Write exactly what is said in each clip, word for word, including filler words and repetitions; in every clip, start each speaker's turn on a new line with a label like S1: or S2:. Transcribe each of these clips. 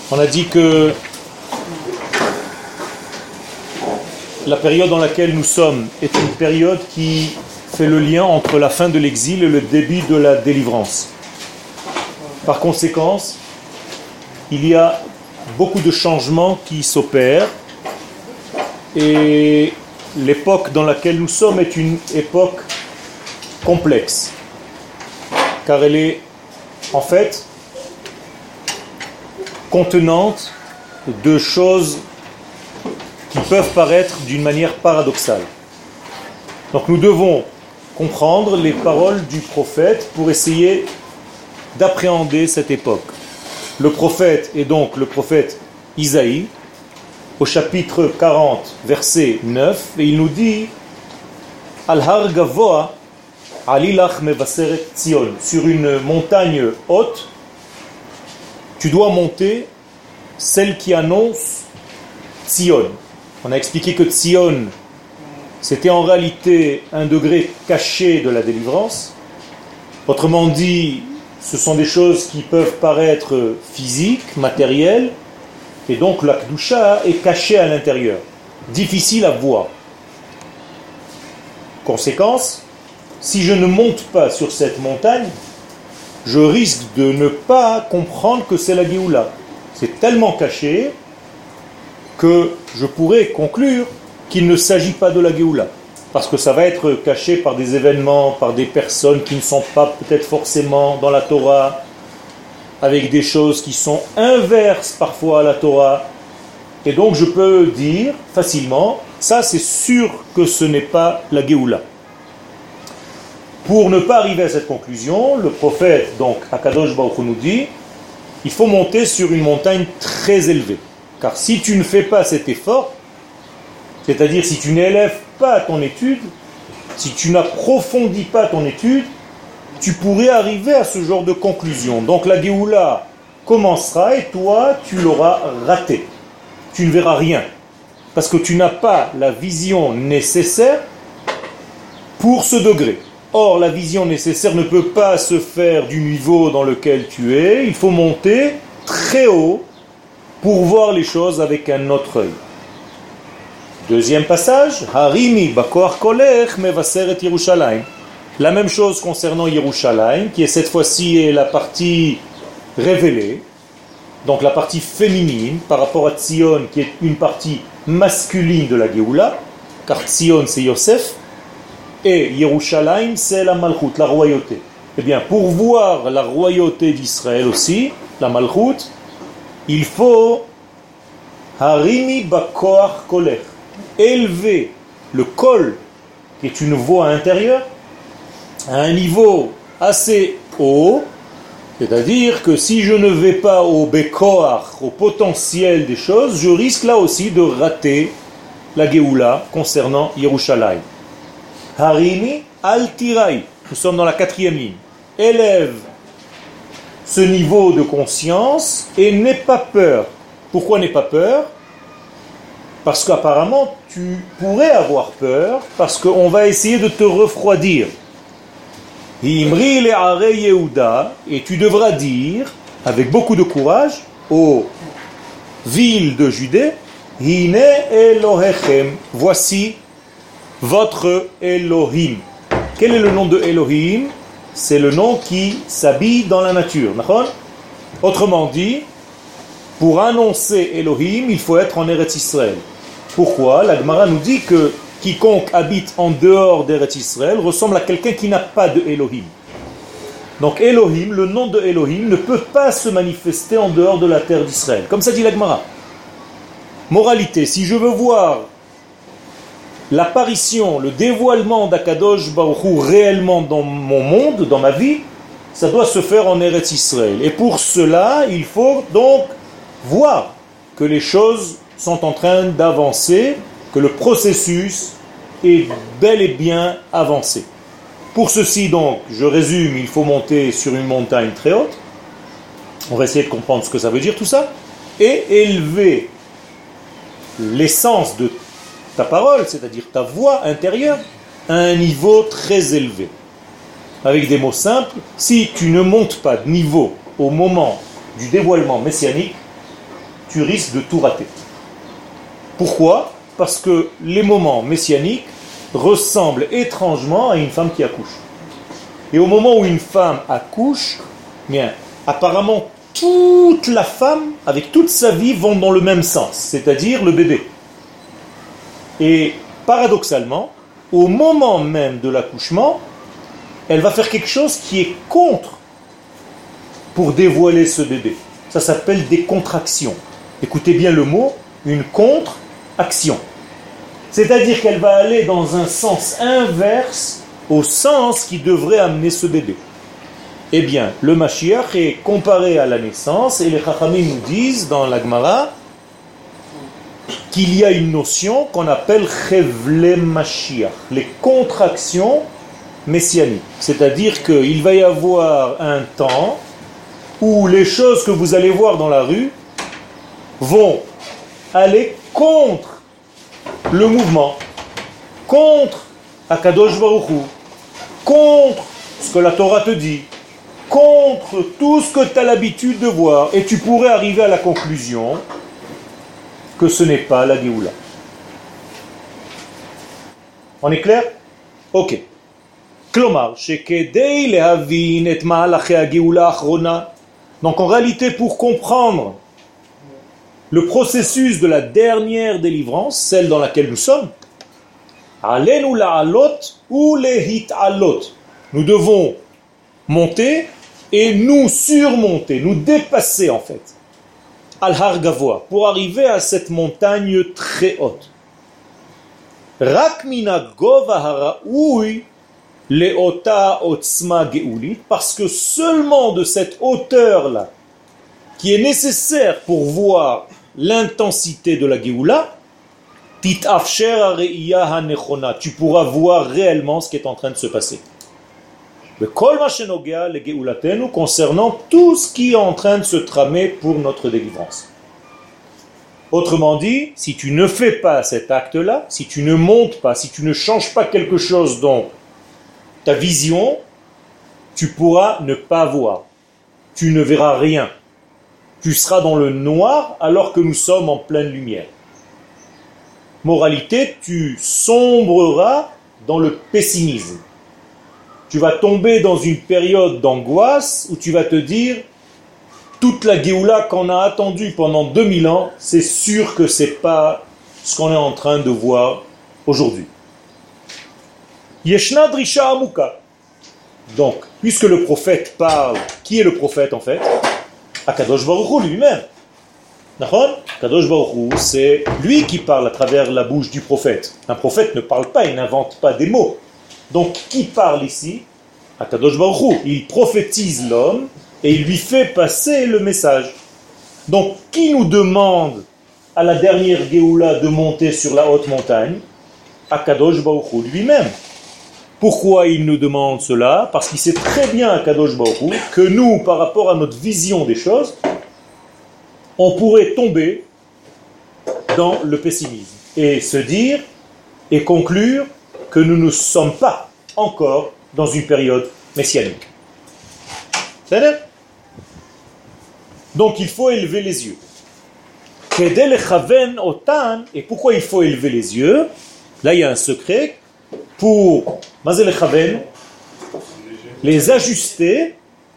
S1: On a dit que la période dans laquelle nous sommes est une période qui fait le lien entre la fin de l'exil et le début de la délivrance. Par conséquent, il y a beaucoup de changements qui s'opèrent et l'époque dans laquelle nous sommes est une époque complexe, car elle est en fait contenante de choses qui peuvent paraître d'une manière paradoxale. Donc nous devons comprendre les paroles du prophète pour essayer d'appréhender cette époque. Le prophète est donc le prophète Isaïe, au chapitre quarante, verset neuf, et il nous dit Al har gavoa alilach mevaseret Tzion, sur une montagne haute, tu dois monter celle qui annonce Tzion. On a expliqué que Tzion, c'était en réalité un degré caché de la délivrance. Autrement dit, ce sont des choses qui peuvent paraître physiques, matérielles, et donc la Kedusha est cachée à l'intérieur, difficile à voir. Conséquence, si je ne monte pas sur cette montagne, je risque de ne pas comprendre que c'est la Géoula. C'est tellement caché que je pourrais conclure qu'il ne s'agit pas de la Géoula. Parce que ça va être caché par des événements, par des personnes qui ne sont pas peut-être forcément dans la Torah, avec des choses qui sont inverses parfois à la Torah. Et donc je peux dire facilement, ça c'est sûr que ce n'est pas la Géoula. Pour ne pas arriver à cette conclusion, le prophète, donc Akadosh Baruch Hu, nous dit, il faut monter sur une montagne très élevée. Car si tu ne fais pas cet effort, c'est-à-dire si tu n'élèves pas ton étude, si tu n'approfondis pas ton étude, tu pourrais arriver à ce genre de conclusion. Donc la Géoula commencera et toi, tu l'auras raté. Tu ne verras rien. Parce que tu n'as pas la vision nécessaire pour ce degré. Or, la vision nécessaire ne peut pas se faire du niveau dans lequel tu es. Il faut monter très haut pour voir les choses avec un autre œil. Deuxième passage, Harimi bakoach kolech mevaseret Yerushalayim. La même chose concernant Yerushalayim, qui est cette fois-ci la partie révélée, donc la partie féminine par rapport à Tzion, qui est une partie masculine de la Géoula, car Tzion c'est Yosef, et Yerushalayim c'est la Malchut, la royauté. Eh bien, pour voir la royauté d'Israël aussi, la Malchut, il faut Harimi bakoach kolech, élever le kol, qui est une voix intérieure, à un niveau assez haut, c'est-à-dire que si je ne vais pas au bekoach, au potentiel des choses, je risque là aussi de rater la Géoula concernant Yerushalayim. Harimi al tirai, nous sommes dans la quatrième ligne. Élève ce niveau de conscience et n'aie pas peur. Pourquoi n'aie pas peur ? Parce qu'apparemment tu pourrais avoir peur, parce qu'on va essayer de te refroidir. Himri le are Yehuda, et tu devras dire, avec beaucoup de courage, aux villes de Judée, Hine Elohechem, voici votre Elohim. Quel est le nom de Elohim ? C'est le nom qui s'habille dans la nature. Autrement dit, pour annoncer Elohim, il faut être en Eretz Israël. Pourquoi ? La Gemara nous dit que quiconque habite en dehors d'Eretz Israël ressemble à quelqu'un qui n'a pas de Elohim. Donc Elohim, le nom de Elohim, ne peut pas se manifester en dehors de la terre d'Israël. Comme ça dit la Gemara. Moralité, si je veux voir l'apparition, le dévoilement d'Akadosh Baruch Hu réellement dans mon monde, dans ma vie, ça doit se faire en Eretz Israël. Et pour cela, il faut donc voir que les choses sont en train d'avancer, que le processus est bel et bien avancé. Pour ceci donc, je résume, il faut monter sur une montagne très haute. On va essayer de comprendre ce que ça veut dire tout ça. Et élever l'essence de ta parole, c'est-à-dire ta voix intérieure, à un niveau très élevé. Avec des mots simples, si tu ne montes pas de niveau au moment du dévoilement messianique, tu risques de tout rater. Pourquoi ? Parce que les moments messianiques ressemblent étrangement à une femme qui accouche. Et au moment où une femme accouche, bien, apparemment toute la femme, avec toute sa vie, vont dans le même sens, c'est-à-dire le bébé. Et paradoxalement, au moment même de l'accouchement, elle va faire quelque chose qui est contre pour dévoiler ce bébé. Ça s'appelle des contractions. Écoutez bien le mot, une contre-action. C'est-à-dire qu'elle va aller dans un sens inverse au sens qui devrait amener ce bébé. Eh bien, le Mashiach est comparé à la naissance et les Chachamim nous disent dans la Gemara qu'il y a une notion qu'on appelle Chevle Mashiach, les contractions messianiques. C'est-à-dire qu'il va y avoir un temps où les choses que vous allez voir dans la rue vont aller contre le mouvement, contre Akadosh Baruch Hu, contre ce que la Torah te dit, contre tout ce que tu as l'habitude de voir, et tu pourrais arriver à la conclusion que ce n'est pas la Géoula. On est clair? Ok. Klomar, shekedei lehavin et ma'alache ha-Géoula achrona. Donc en réalité, pour comprendre le processus de la dernière délivrance, celle dans laquelle nous sommes, alenu la'alot ou lehit'alot. Nous devons monter et nous surmonter, nous dépasser en fait, al-har gavoa, pour arriver à cette montagne très haute. Rak mina gova haraoui leota otzma geulit, parce que seulement de cette hauteur-là, qui est nécessaire pour voir l'intensité de la Géoula, titafsher hareiya hanechona, tu pourras voir réellement ce qui est en train de se passer. Concernant tout ce qui est en train de se tramer pour notre délivrance. Autrement dit, si tu ne fais pas cet acte-là, si tu ne montes pas, si tu ne changes pas quelque chose dans ta vision, tu pourras ne pas voir. Tu ne verras rien. Tu seras dans le noir alors que nous sommes en pleine lumière. Moralité, tu sombreras dans le pessimisme. Tu vas tomber dans une période d'angoisse où tu vas te dire toute la Géoula qu'on a attendue pendant deux mille ans, c'est sûr que ce n'est pas ce qu'on est en train de voir aujourd'hui. Yeshna drisha amuka. Donc, puisque le prophète parle, qui est le prophète en fait? Akadosh Baruch Hu lui-même. D'accord? Akadosh Baruch Hu, c'est lui qui parle à travers la bouche du prophète. Un prophète ne parle pas, il n'invente pas des mots. Donc, qui parle ici? Akadosh Baruch Hu. Il prophétise l'homme et il lui fait passer le message. Donc, qui nous demande à la dernière Géoula de monter sur la haute montagne? Akadosh Baruch Hu lui-même. Pourquoi il nous demande cela? Parce qu'il sait très bien, Akadosh Baruch Hu, que nous, par rapport à notre vision des choses, on pourrait tomber dans le pessimisme et se dire et conclure que nous ne sommes pas encore dans une période messianique. C'est-à-dire? Donc il faut élever les yeux. Et pourquoi il faut élever les yeux? Là il y a un secret. Pour les ajuster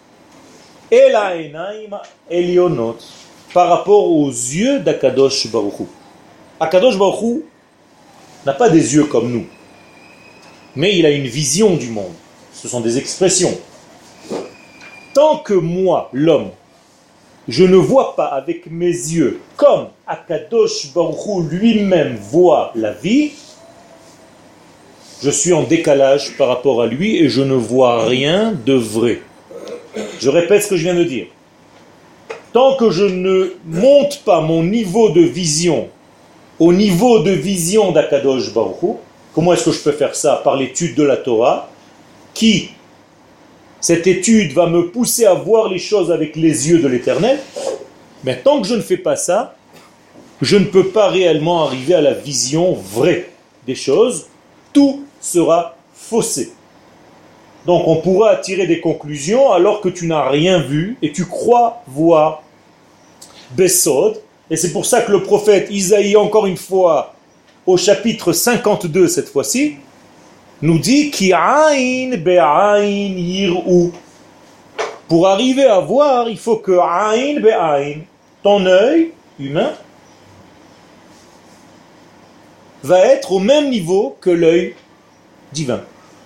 S1: par rapport aux yeux d'Akadosh Baruch Hu. Akadosh Baruch Hu n'a pas des yeux comme nous, mais il a une vision du monde. Ce sont des expressions. Tant que moi, l'homme, je ne vois pas avec mes yeux comme Akadosh Baruch Hu lui-même voit la vie, je suis en décalage par rapport à lui et je ne vois rien de vrai. Je répète ce que je viens de dire. Tant que je ne monte pas mon niveau de vision au niveau de vision d'Akadosh Baruch Hu, comment est-ce que je peux faire ça? Par l'étude de la Torah, qui, cette étude va me pousser à voir les choses avec les yeux de l'Éternel. Mais tant que je ne fais pas ça, je ne peux pas réellement arriver à la vision vraie des choses. Tout sera faussé. Donc on pourra tirer des conclusions alors que tu n'as rien vu et tu crois voir Besod, Et c'est pour ça que le prophète Isaïe, encore une fois, au chapitre cinquante-deux cette fois-ci, nous dit Ki aïn be'aïn yir'u. Pour arriver à voir, il faut que aïn be'aïn, ton œil humain, va être au même niveau que l'œil divin.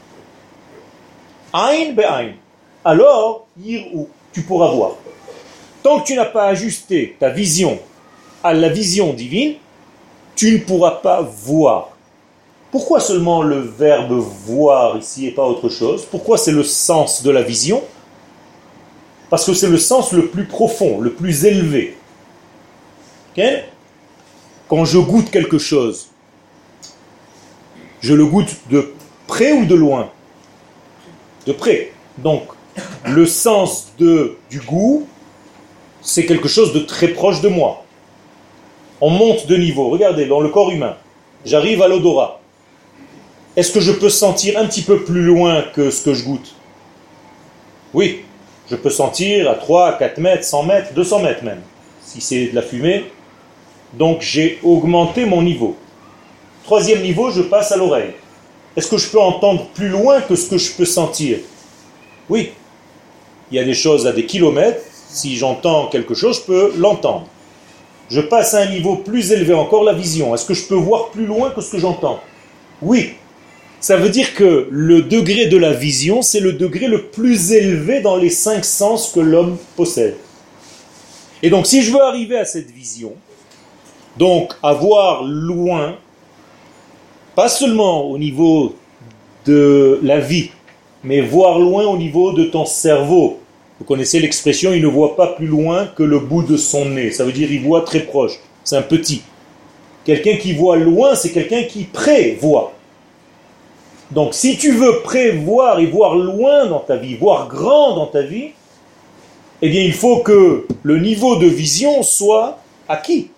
S1: Aïn be'aïn. Alors, yir'u, tu pourras voir. Tant que tu n'as pas ajusté ta vision à la vision divine, tu ne pourras pas voir. Pourquoi seulement le verbe voir ici et pas autre chose? Pourquoi c'est le sens de la vision? Parce que c'est le sens le plus profond, le plus élevé. Okay? Quand je goûte quelque chose, je le goûte de près ou de loin? De près. Donc, le sens de, du goût, c'est quelque chose de très proche de moi. On monte de niveau. Regardez, dans le corps humain, j'arrive à l'odorat. Est-ce que je peux sentir un petit peu plus loin que ce que je goûte? Oui, je peux sentir à trois, quatre mètres, cent mètres, deux cents mètres même, si c'est de la fumée. Donc j'ai augmenté mon niveau. Troisième niveau, je passe à l'oreille. Est-ce que je peux entendre plus loin que ce que je peux sentir? Oui. Il y a des choses à des kilomètres. Si j'entends quelque chose, je peux l'entendre. Je passe à un niveau plus élevé encore, la vision. Est-ce que je peux voir plus loin que ce que j'entends? Oui. Ça veut dire que le degré de la vision, c'est le degré le plus élevé dans les cinq sens que l'homme possède. Et donc, si je veux arriver à cette vision, donc à voir loin, pas seulement au niveau de la vie, mais voir loin au niveau de ton cerveau. Vous connaissez l'expression, il ne voit pas plus loin que le bout de son nez. Ça veut dire il voit très proche. C'est un petit. Quelqu'un qui voit loin, c'est quelqu'un qui prévoit. Donc si tu veux prévoir et voir loin dans ta vie, voir grand dans ta vie, eh bien il faut que le niveau de vision soit acquis.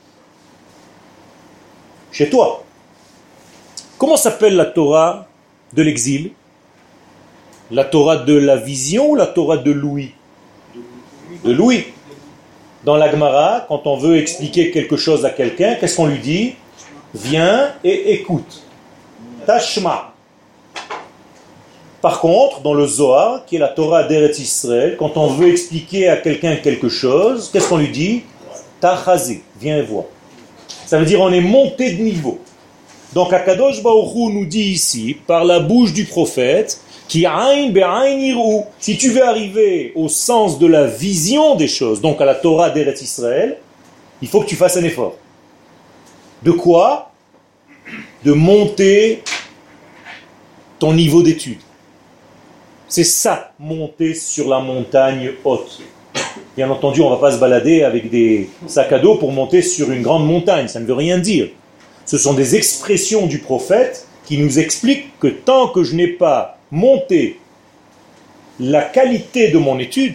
S1: Chez toi. Comment s'appelle la Torah de l'exil? La Torah de la vision ou la Torah de Louis? De Louis. Dans la Gemara, quand on veut expliquer quelque chose à quelqu'un, qu'est-ce qu'on lui dit? Viens et écoute. Tashma. Par contre, dans le Zohar, qui est la Torah d'Eretz Israël, quand on veut expliquer à quelqu'un quelque chose, qu'est-ce qu'on lui dit? Tachazé. Viens et vois. Ça veut dire on est monté de niveau. Donc Akadosh Baruch Hu nous dit ici, par la bouche du prophète, Ki aïn be'aïn yir'u. Si tu veux arriver au sens de la vision des choses, donc à la Torah d'Eretz Israël, il faut que tu fasses un effort. De quoi? De monter ton niveau d'étude. C'est ça, monter sur la montagne haute. Bien entendu, on ne va pas se balader avec des sacs à dos pour monter sur une grande montagne, ça ne veut rien dire. Ce sont des expressions du prophète qui nous expliquent que tant que je n'ai pas monté la qualité de mon étude,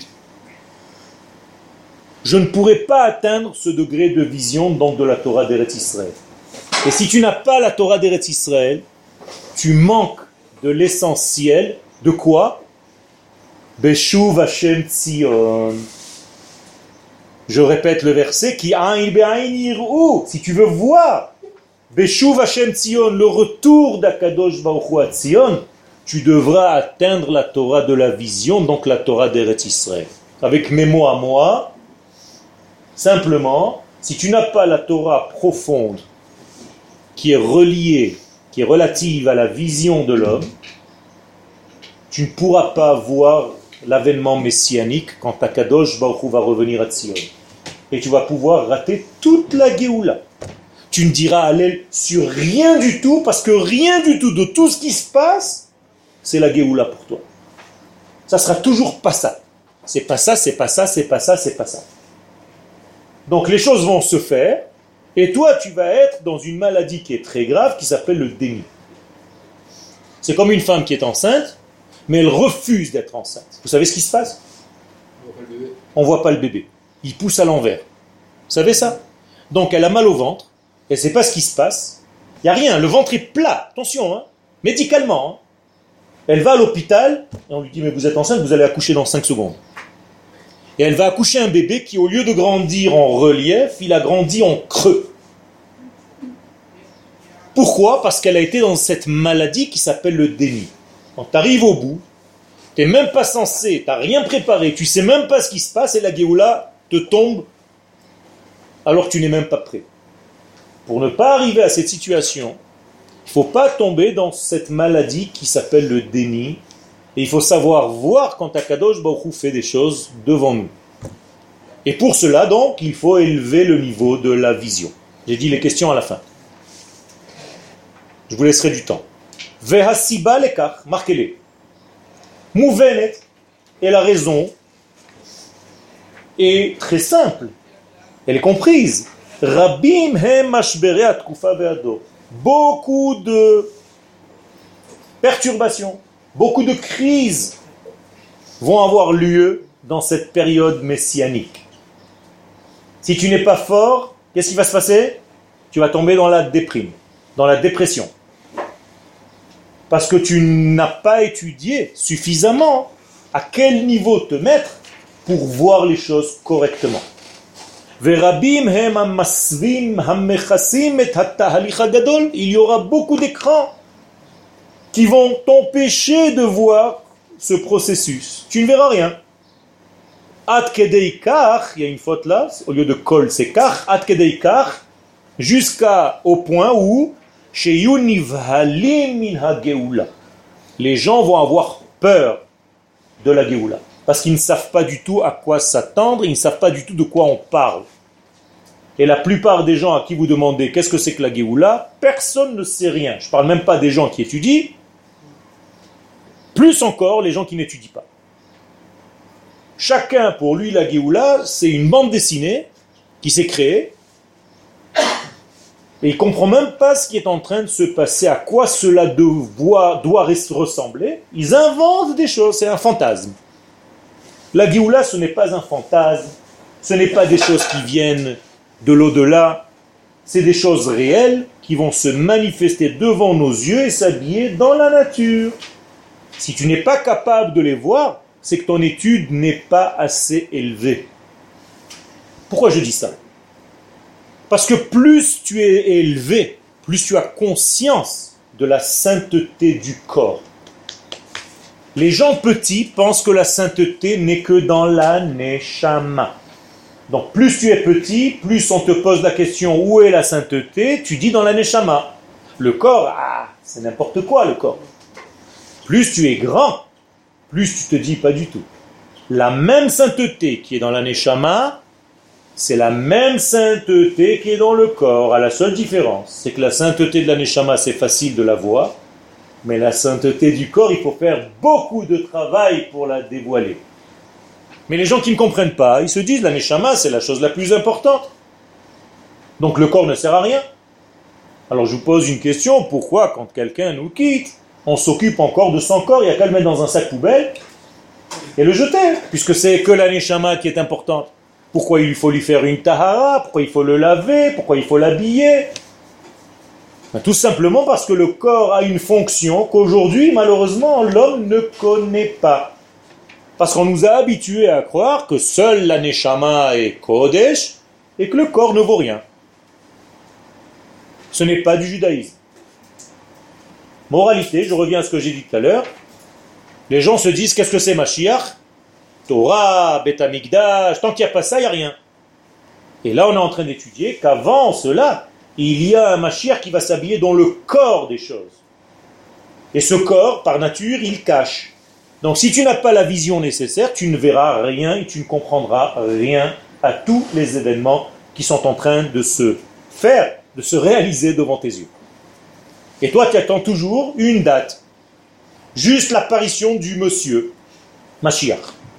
S1: je ne pourrai pas atteindre ce degré de vision donc de la Torah d'Eretz Israël. Et si tu n'as pas la Torah d'Eretz Israël, tu manques de l'essentiel. De quoi? Beshuv Hashem Tzion. Je répète le verset qui aïn be'aïn yir'u. Si tu veux voir Beshuv Hashem Tzion, le retour d'Akadosh Baruch Hu à Tzion, tu devras atteindre la Torah de la vision, donc la Torah d'Eretz Israël. Avec mes mots à moi, simplement, si tu n'as pas la Torah profonde qui est reliée, qui est relative à la vision de l'homme, tu ne pourras pas voir l'avènement messianique quand Akadosh Baruch Hu va revenir à Tzion. Et tu vas pouvoir rater toute la Géoula. Tu ne diras Hallel sur rien du tout, parce que rien du tout de tout ce qui se passe, c'est la Géoula pour toi. Ça sera toujours pas ça. C'est pas ça, c'est pas ça, c'est pas ça, c'est pas ça. Donc les choses vont se faire, et toi tu vas être dans une maladie qui est très grave, qui s'appelle le déni. C'est comme une femme qui est enceinte, mais elle refuse d'être enceinte. Vous savez ce qui se passe? On ne voit pas le bébé. Il pousse à l'envers. Vous savez ça? Donc elle a mal au ventre, elle ne sait pas ce qui se passe. Il n'y a rien, le ventre est plat. Attention, hein, médicalement. Hein. Elle va à l'hôpital, et on lui dit, mais vous êtes enceinte, vous allez accoucher dans cinq secondes. Et elle va accoucher un bébé qui, au lieu de grandir en relief, il a grandi en creux. Pourquoi? Parce qu'elle a été dans cette maladie qui s'appelle le déni. Quand tu arrives au bout, tu n'es même pas censé, tu n'as rien préparé, tu ne sais même pas ce qui se passe et la Géoula te tombe alors que tu n'es même pas prêt. Pour ne pas arriver à cette situation, il ne faut pas tomber dans cette maladie qui s'appelle le déni. Et il faut savoir voir quand Akadosh Baruch Hu fait des choses devant nous. Et pour cela, donc, il faut élever le niveau de la vision. J'ai dit les questions à la fin. Je vous laisserai du temps. Vehasiba lekach, marquez-les. Mouvenet, et la raison est très simple. Elle est comprise. Rabim hem mashbere atkufa ve'ador. Beaucoup de perturbations, beaucoup de crises vont avoir lieu dans cette période messianique. Si tu n'es pas fort, qu'est-ce qui va se passer? Tu vas tomber dans la déprime, dans la dépression. Parce que tu n'as pas étudié suffisamment à quel niveau te mettre pour voir les choses correctement. Il y aura beaucoup d'écrans qui vont t'empêcher de voir ce processus. Tu ne verras rien. Ad kedei kach, il y a une faute là, au lieu de kol, c'est kach, ad kedei kach, jusqu'au point où les gens vont avoir peur de la Géoula. Parce qu'ils ne savent pas du tout à quoi s'attendre, ils ne savent pas du tout de quoi on parle. Et la plupart des gens à qui vous demandez qu'est-ce que c'est que la Géoula, personne ne sait rien. Je ne parle même pas des gens qui étudient, plus encore les gens qui n'étudient pas. Chacun, pour lui, la Géoula, c'est une bande dessinée qui s'est créée, et il ne comprend même pas ce qui est en train de se passer, à quoi cela doit, doit ressembler. Ils inventent des choses, c'est un fantasme. La Géoula, ce n'est pas un fantasme, ce n'est pas des choses qui viennent de l'au-delà, c'est des choses réelles qui vont se manifester devant nos yeux et s'habiller dans la nature. Si tu n'es pas capable de les voir, c'est que ton étude n'est pas assez élevée. Pourquoi je dis ça? Parce que plus tu es élevé, plus tu as conscience de la sainteté du corps. Les gens petits pensent que la sainteté n'est que dans la neshama. Donc plus tu es petit, plus on te pose la question où est la sainteté, tu dis dans la neshama. Le corps, ah, c'est n'importe quoi le corps. Plus tu es grand, plus tu te dis pas du tout. La même sainteté qui est dans la neshama, c'est la même sainteté qui est dans le corps. À la seule différence, c'est que la sainteté de la neshama, c'est facile de la voir, mais la sainteté du corps, il faut faire beaucoup de travail pour la dévoiler. Mais les gens qui ne comprennent pas, ils se disent la neshama, c'est la chose la plus importante. Donc le corps ne sert à rien. Alors je vous pose une question, pourquoi quand quelqu'un nous quitte, on s'occupe encore de son corps, il n'y a qu'à le mettre dans un sac poubelle et le jeter, puisque c'est que la neshama qui est importante. Pourquoi il faut lui faire une tahara? Pourquoi il faut le laver? Pourquoi il faut l'habiller? Ben, tout simplement parce que le corps a une fonction qu'aujourd'hui, malheureusement, l'homme ne connaît pas. Parce qu'on nous a habitués à croire que seule la neshama est kodesh et que le corps ne vaut rien. Ce n'est pas du judaïsme. Moralité, je reviens à ce que j'ai dit tout à l'heure. Les gens se disent, qu'est-ce que c'est Mashiach? Torah, Beth Amikdash, tant qu'il n'y a pas ça, il n'y a rien. Et là, on est en train d'étudier qu'avant cela, il y a un Mashiach qui va s'habiller dans le corps des choses. Et ce corps, par nature, il cache. Donc si tu n'as pas la vision nécessaire, tu ne verras rien et tu ne comprendras rien à tous les événements qui sont en train de se faire, de se réaliser devant tes yeux. Et toi, tu attends toujours une date. Juste l'apparition du monsieur, Mashiach.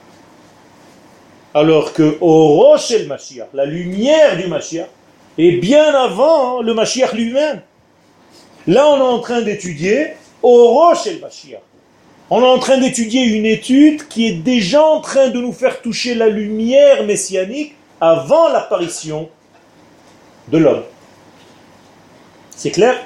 S1: Alors que au Rosh el Mashiach, la lumière du Mashiach, est bien avant le Mashiach lui-même. Là, on est en train d'étudier au Rosh el Mashiach. On est en train d'étudier une étude qui est déjà en train de nous faire toucher la lumière messianique avant l'apparition de l'homme. C'est clair?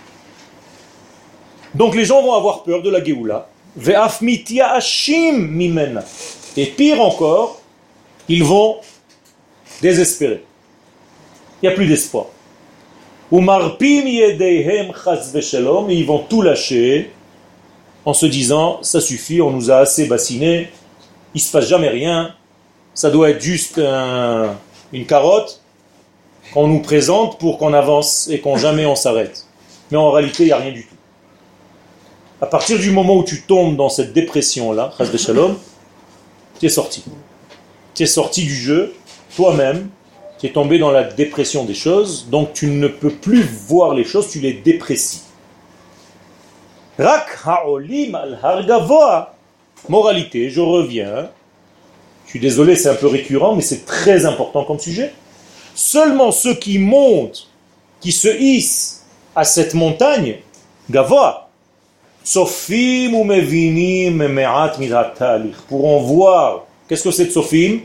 S1: Donc les gens vont avoir peur de la Géoula. Et pire encore, ils vont désespérer. Il n'y a plus d'espoir. Umarpim yedeihem chas v'shalom, et ils vont tout lâcher en se disant, ça suffit, on nous a assez bassinés, il ne se passe jamais rien, ça doit être juste un, une carotte qu'on nous présente pour qu'on avance et qu'on jamais on s'arrête. Mais en réalité, il n'y a rien du tout. À partir du moment où tu tombes dans cette dépression-là, chas v'shalom, tu es sorti. Tu es sorti du jeu, toi-même, tu es tombé dans la dépression des choses, donc tu ne peux plus voir les choses, tu les déprécies. Rak ha'olim al har gavoa. Moralité, je reviens. Je suis désolé, c'est un peu récurrent, mais c'est très important comme sujet. Seulement ceux qui montent, qui se hissent à cette montagne, gavoa, sofim ou mevinim me'at midat ta'alich, pourront voir. Qu'est-ce que c'est de sofim?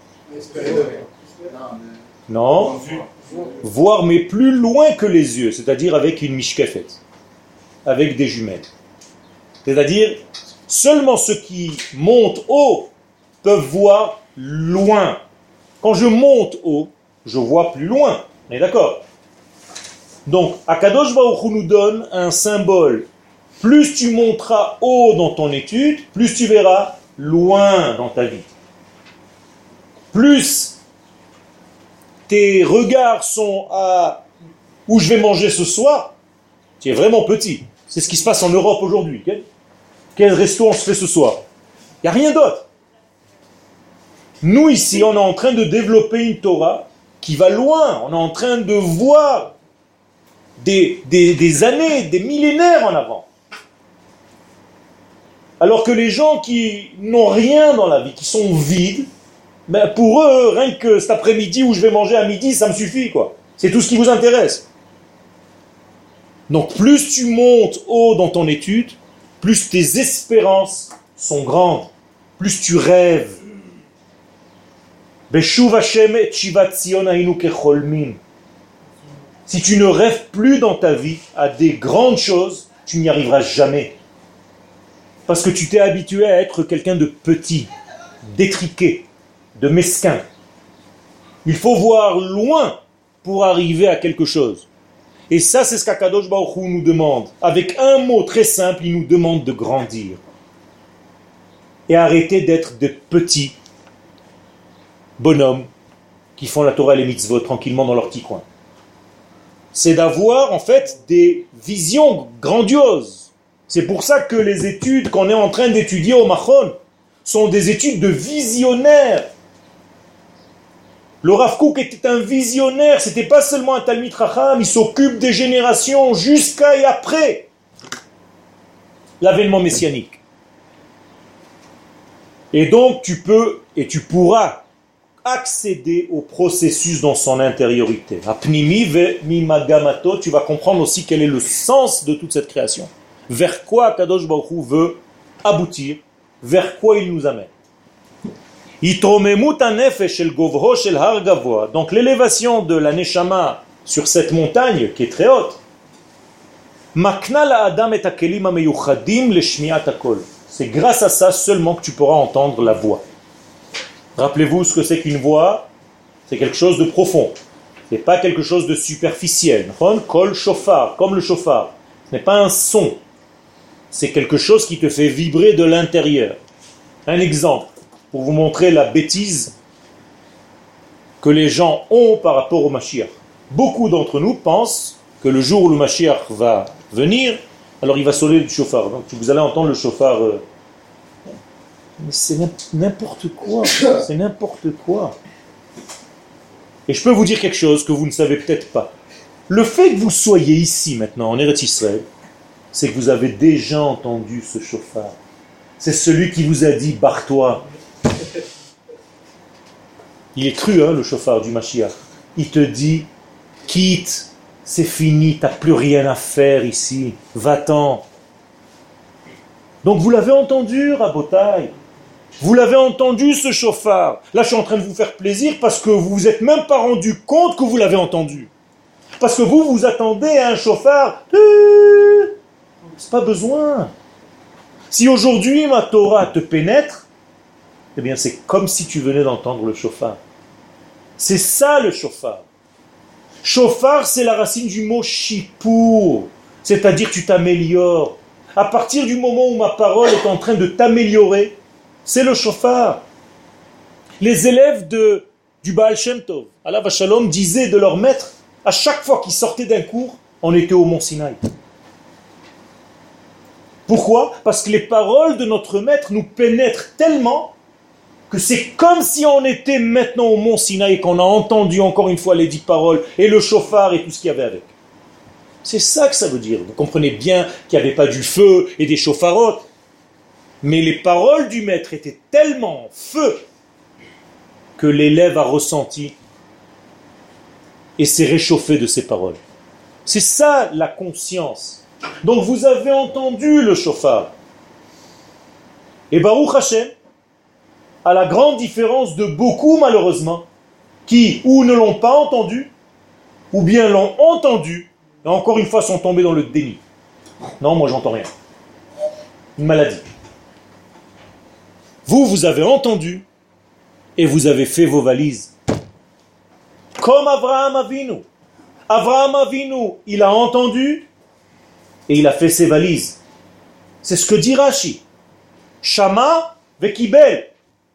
S1: Non, voir mais plus loin que les yeux, c'est-à-dire avec une mishkefet, avec des jumelles. C'est-à-dire, seulement ceux qui montent haut peuvent voir loin. Quand je monte haut, je vois plus loin. On est d'accord? Donc, Akadosh Baruch Hu nous donne un symbole. Plus tu monteras haut dans ton étude, plus tu verras loin dans ta vie. Plus tes regards sont à où je vais manger ce soir, tu es vraiment petit. C'est ce qui se passe en Europe aujourd'hui. Okay? Quel resto on se fait ce soir? Il n'y a rien d'autre. Nous ici, on est en train de développer une Torah qui va loin. On est en train de voir des, des, des années, des millénaires en avant. Alors que les gens qui n'ont rien dans la vie, qui sont vides, ben pour eux, rien que cet après-midi où je vais manger à midi, ça me suffit, quoi. C'est tout ce qui vous intéresse. Donc plus tu montes haut dans ton étude, plus tes espérances sont grandes, plus tu rêves. Si tu ne rêves plus dans ta vie à des grandes choses, tu n'y arriveras jamais. Parce que tu t'es habitué à être quelqu'un de petit, d'étriqué, de mesquin. Il faut voir loin pour arriver à quelque chose. Et ça, c'est ce qu'Akadosh Baruch Hu nous demande. Avec un mot très simple, il nous demande de grandir. Et arrêter d'être de petits bonhommes qui font la Torah et les mitzvot tranquillement dans leur petit coin. C'est d'avoir en fait des visions grandioses. C'est pour ça que les études qu'on est en train d'étudier au Machon sont des études de visionnaires. Le Rav Kook était un visionnaire, c'était pas seulement un Talmid Chacham, il s'occupe des générations jusqu'à et après l'avènement messianique. Et donc tu peux et tu pourras accéder au processus dans son intériorité. Apnimi ve mimagamato, tu vas comprendre aussi quel est le sens de toute cette création. Vers quoi Kadosh Baruch Hu veut aboutir, vers quoi il nous amène. Donc l'élévation de la Neshama sur cette montagne qui est très haute, c'est grâce à ça seulement que tu pourras entendre la voix. Rappelez-vous ce que c'est qu'une voix, c'est quelque chose de profond, ce n'est pas quelque chose de superficiel. Kol shofar, comme le shofar, ce n'est pas un son, c'est quelque chose qui te fait vibrer de l'intérieur. Un exemple, pour vous montrer la bêtise que les gens ont par rapport au Mashiach. Beaucoup d'entre nous pensent que le jour où le Mashiach va venir, alors il va sonner le shofar. Donc vous allez entendre le shofar. Euh... Mais c'est n'importe quoi. C'est n'importe quoi. Et je peux vous dire quelque chose que vous ne savez peut-être pas. Le fait que vous soyez ici maintenant, en Eretz Israël, c'est que vous avez déjà entendu ce shofar. C'est celui qui vous a dit « barre-toi ». Il est cru, hein, le shofar du Mashiach. Il te dit « quitte, c'est fini, tu n'as plus rien à faire ici, va-t'en ». Donc vous l'avez entendu, Rabotai. Vous l'avez entendu, ce shofar. Là, je suis en train de vous faire plaisir parce que vous vous êtes même pas rendu compte que vous l'avez entendu. Parce que vous, vous attendez à un shofar. C'est pas besoin. Si aujourd'hui ma Torah te pénètre, Eh bien, c'est comme si tu venais d'entendre le shofar. C'est ça le shofar. Shofar, c'est la racine du mot shipour, c'est-à-dire tu t'améliores. À partir du moment où ma parole est en train de t'améliorer, c'est le shofar. Les élèves de, du Baal Shem Tov, Alav Shalom, disaient de leur maître, à chaque fois qu'ils sortaient d'un cours, on était au Mont Sinaï. Pourquoi? Parce que les paroles de notre maître nous pénètrent tellement que c'est comme si on était maintenant au Mont Sinaï et qu'on a entendu encore une fois les dix paroles et le chauffard et tout ce qu'il y avait avec. C'est ça que ça veut dire. Vous comprenez bien qu'il n'y avait pas du feu et des chauffarottes. Mais les paroles du maître étaient tellement feu que l'élève a ressenti et s'est réchauffé de ces paroles. C'est ça la conscience. Donc vous avez entendu le chauffard. Et Baruch Hashem, à la grande différence de beaucoup malheureusement, qui ou ne l'ont pas entendu, ou bien l'ont entendu, et encore une fois sont tombés dans le déni. Non, moi j'entends rien. Une maladie. Vous, vous avez entendu, et vous avez fait vos valises. Comme Avraham Avinu. Avraham Avinu, il a entendu, et il a fait ses valises. C'est ce que dit Rashi. Shama vekibel.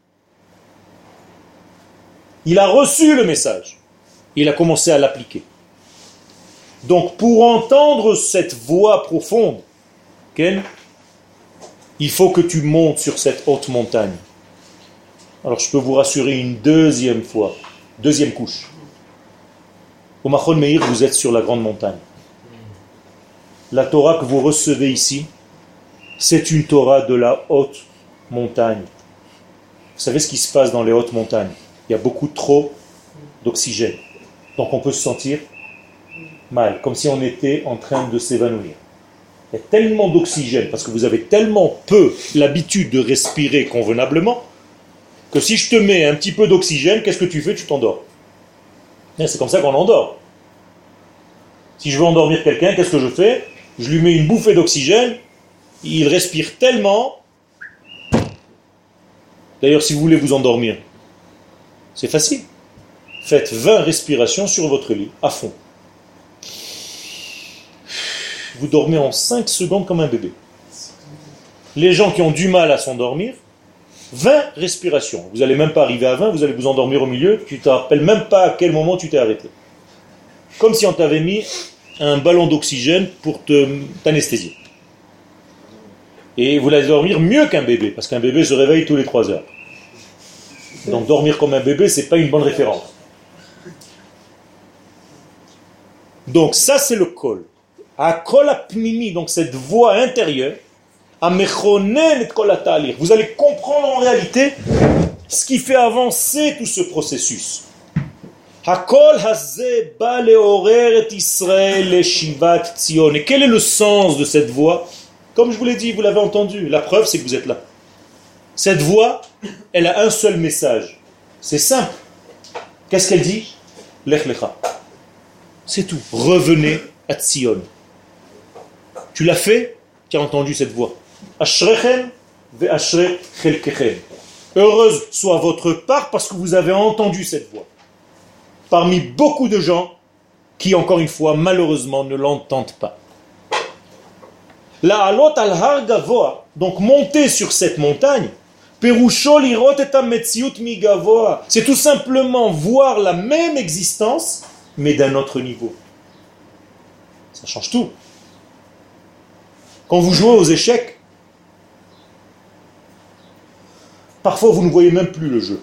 S1: Il a reçu le message. Il a commencé à l'appliquer. Donc, pour entendre cette voix profonde, Ken, il faut que tu montes sur cette haute montagne. Alors, je peux vous rassurer une deuxième fois, deuxième couche. Au Machon Meir, vous êtes sur la grande montagne. La Torah que vous recevez ici, c'est une Torah de la haute montagne. Vous savez ce qui se passe dans les hautes montagnes? Il y a beaucoup trop d'oxygène. Donc on peut se sentir mal, comme si on était en train de s'évanouir. Il y a tellement d'oxygène, parce que vous avez tellement peu l'habitude de respirer convenablement, que si je te mets un petit peu d'oxygène, qu'est-ce que tu fais? Tu t'endors. C'est comme ça qu'on endort. Si je veux endormir quelqu'un, qu'est-ce que je fais? Je lui mets une bouffée d'oxygène, il respire tellement. D'ailleurs, si vous voulez vous endormir, c'est facile. Faites vingt respirations sur votre lit, à fond. Vous dormez en cinq secondes comme un bébé. Les gens qui ont du mal à s'endormir, vingt respirations. Vous n'allez même pas arriver à vingt, vous allez vous endormir au milieu, tu ne te rappelles même pas à quel moment tu t'es arrêté. Comme si on t'avait mis un ballon d'oxygène pour te, t'anesthésier. Et vous allez dormir mieux qu'un bébé, parce qu'un bébé se réveille tous les trois heures. Donc dormir comme un bébé, ce n'est pas une bonne référence. Donc ça c'est le kol. À kol apnimi, donc cette voix intérieure, à mechonen kol atalir. Vous allez comprendre en réalité ce qui fait avancer tout ce processus. Hakol hazeh ba leorer et Israël le shivat Tzion. Et quel est le sens de cette voix? Comme je vous l'ai dit, vous l'avez entendu. La preuve, c'est que vous êtes là. Cette voix, elle a un seul message. C'est simple. Qu'est-ce qu'elle dit? Lech lecha. C'est tout. Revenez à Tzion. Tu l'as fait? Tu as entendu cette voix. Ashrechem ve ashre chelkechem. Heureuse soit votre part parce que vous avez entendu cette voix. Parmi beaucoup de gens qui, encore une fois, malheureusement, ne l'entendent pas. La alot al har gavoa, donc monter sur cette montagne, perusho lirot et ametziut mi gavoa, c'est tout simplement voir la même existence, mais d'un autre niveau. Ça change tout. Quand vous jouez aux échecs, parfois vous ne voyez même plus le jeu.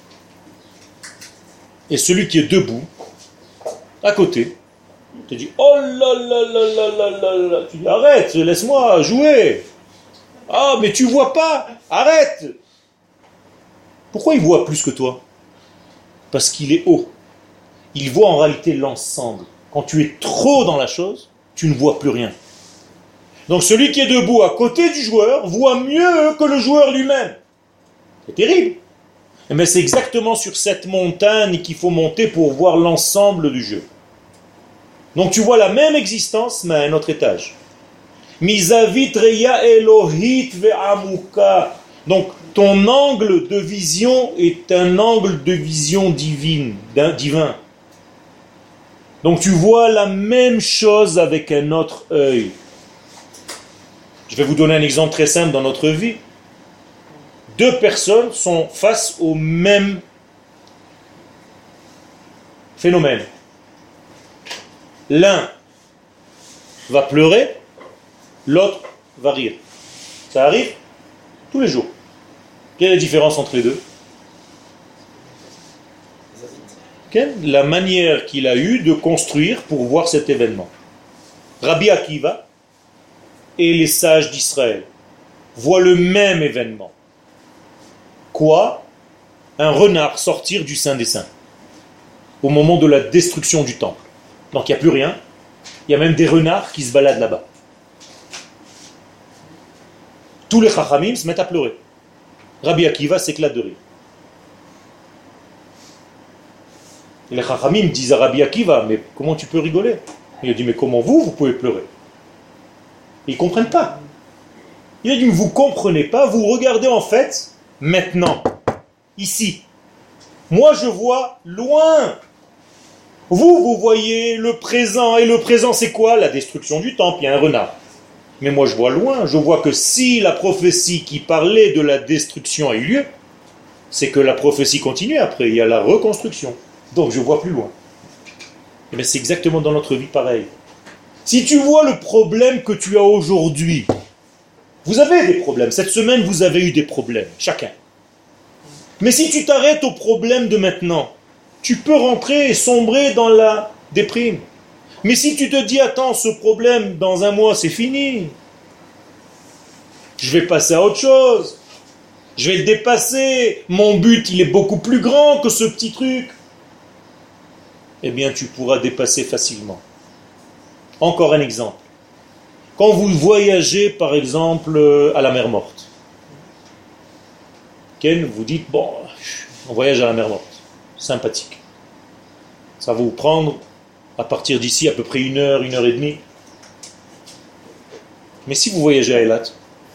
S1: Et celui qui est debout, à côté, te dit « Oh là là là là là là là !» Tu dis « Arrête, laisse-moi jouer !»« Ah, mais tu vois pas, arrête !» Pourquoi il voit plus que toi? Parce qu'il est haut. Il voit en réalité l'ensemble. Quand tu es trop dans la chose, tu ne vois plus rien. Donc celui qui est debout à côté du joueur voit mieux que le joueur lui-même. C'est terrible. Mais c'est exactement sur cette montagne qu'il faut monter pour voir l'ensemble du jeu. Donc tu vois la même existence, mais à un autre étage. Mizavit reya Elohit ve'amuka. Donc, ton angle de vision est un angle de vision divine, d'un divin. Donc, tu vois la même chose avec un autre œil. Je vais vous donner un exemple très simple dans notre vie. Deux personnes sont face au même phénomène. L'un va pleurer, l'autre va rire. Ça arrive tous les jours. Quelle est la différence entre les deux? Okay? La manière qu'il a eu de construire pour voir cet événement. Rabbi Akiva et les sages d'Israël voient le même événement. Quoi? Un renard sortir du Saint des Saints au moment de la destruction du temple. Donc il n'y a plus rien. Il y a même des renards qui se baladent là-bas. Tous les chachamim se mettent à pleurer. Rabbi Akiva s'éclate de rire. Et les chachamim disent à Rabbi Akiva, mais comment tu peux rigoler? Il a dit, mais comment vous, vous pouvez pleurer? Ils ne comprennent pas. Il a dit, mais vous ne comprenez pas, vous regardez en fait, maintenant, ici. Moi je vois loin. Vous, vous voyez le présent, et le présent c'est quoi? La destruction du temple, il y a un renard. Mais moi je vois loin, je vois que si la prophétie qui parlait de la destruction a eu lieu, c'est que la prophétie continue après, il y a la reconstruction. Donc je vois plus loin. Et bien c'est exactement dans notre vie pareil. Si tu vois le problème que tu as aujourd'hui, vous avez des problèmes, cette semaine vous avez eu des problèmes, chacun. Mais si tu t'arrêtes au problème de maintenant, tu peux rentrer et sombrer dans la déprime. Mais si tu te dis, attends, ce problème, dans un mois, c'est fini. Je vais passer à autre chose. Je vais le dépasser. Mon but, il est beaucoup plus grand que ce petit truc. Eh bien, tu pourras dépasser facilement. Encore un exemple. Quand vous voyagez, par exemple, à la mer Morte, Ken, vous dites, bon, on voyage à la mer Morte. Sympathique. Ça va vous prendre, à partir d'ici, à peu près une heure, une heure et demie. Mais si vous voyagez à Eilat,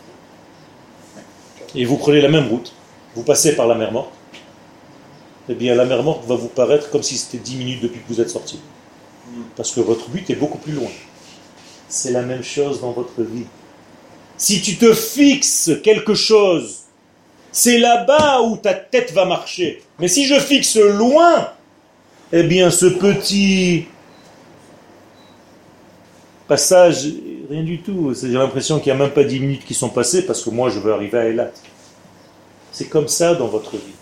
S1: et vous prenez la même route, vous passez par la mer Morte, eh bien la mer Morte va vous paraître comme si c'était dix minutes depuis que vous êtes sorti. Parce que votre but est beaucoup plus loin. C'est la même chose dans votre vie. Si tu te fixes quelque chose, c'est là-bas où ta tête va marcher. Mais si je fixe loin, eh bien ce petit passage, rien du tout. J'ai l'impression qu'il n'y a même pas dix minutes qui sont passées parce que moi je veux arriver à Eilat. C'est comme ça dans votre vie.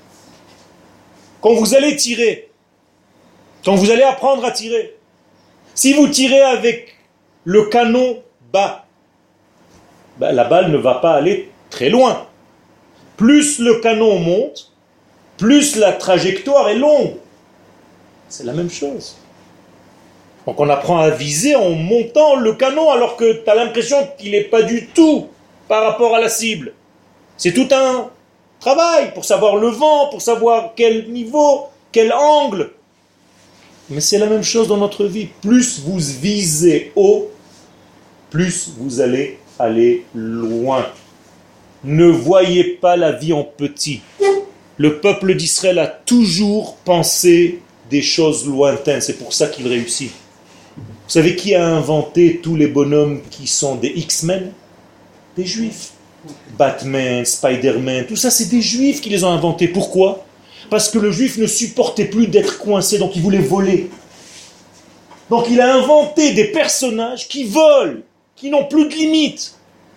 S1: Quand vous allez tirer, quand vous allez apprendre à tirer, si vous tirez avec le canon bas, ben, la balle ne va pas aller très loin. Plus le canon monte, plus la trajectoire est longue. C'est la même chose. Donc on apprend à viser en montant le canon alors que tu as l'impression qu'il n'est pas du tout par rapport à la cible. C'est tout un travail pour savoir le vent, pour savoir quel niveau, quel angle. Mais c'est la même chose dans notre vie. Plus vous visez haut, plus vous allez aller loin. Ne voyez pas la vie en petit. Le peuple d'Israël a toujours pensé des choses lointaines. C'est pour ça qu'il réussit. Vous savez qui a inventé tous les bonhommes qui sont des X-Men? Des Juifs. Batman, Spider-Man, tout ça, c'est des Juifs qui les ont inventés. Pourquoi? Parce que le Juif ne supportait plus d'être coincé, donc il voulait voler. Donc il a inventé des personnages qui volent, qui n'ont plus de limites.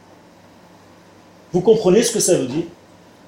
S1: Vous comprenez ce que ça veut dire?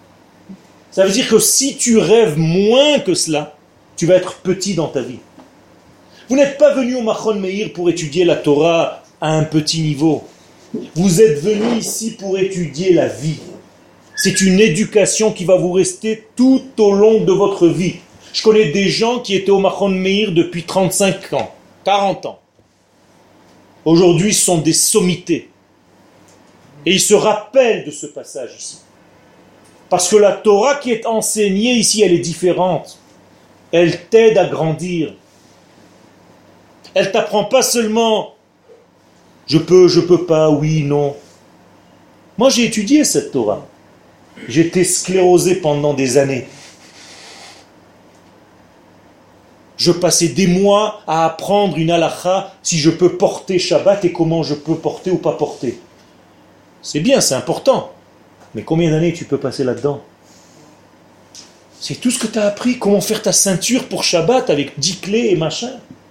S1: Ça veut dire que si tu rêves moins que cela, tu vas être petit dans ta vie. Vous n'êtes pas venu au Machon Meir pour étudier la Torah à un petit niveau. Vous êtes venu ici pour étudier la vie. C'est une éducation qui va vous rester tout au long de votre vie. Je connais des gens qui étaient au Machon Meir depuis trente-cinq ans, quarante ans. Aujourd'hui, ce sont des sommités. Et ils se rappellent de ce passage ici. Parce que la Torah qui est enseignée ici, elle est différente. Elle t'aide à grandir. Elle t'apprend pas seulement je peux, je peux pas, oui, non. Moi j'ai étudié cette Torah. J'étais sclérosé pendant des années. Je passais des mois à apprendre une halakha si je peux porter Shabbat et comment je peux porter ou pas porter. C'est bien, c'est important. Mais combien d'années tu peux passer là-dedans? C'est tout ce que tu as appris, comment faire ta ceinture pour Shabbat avec dix clés et machin.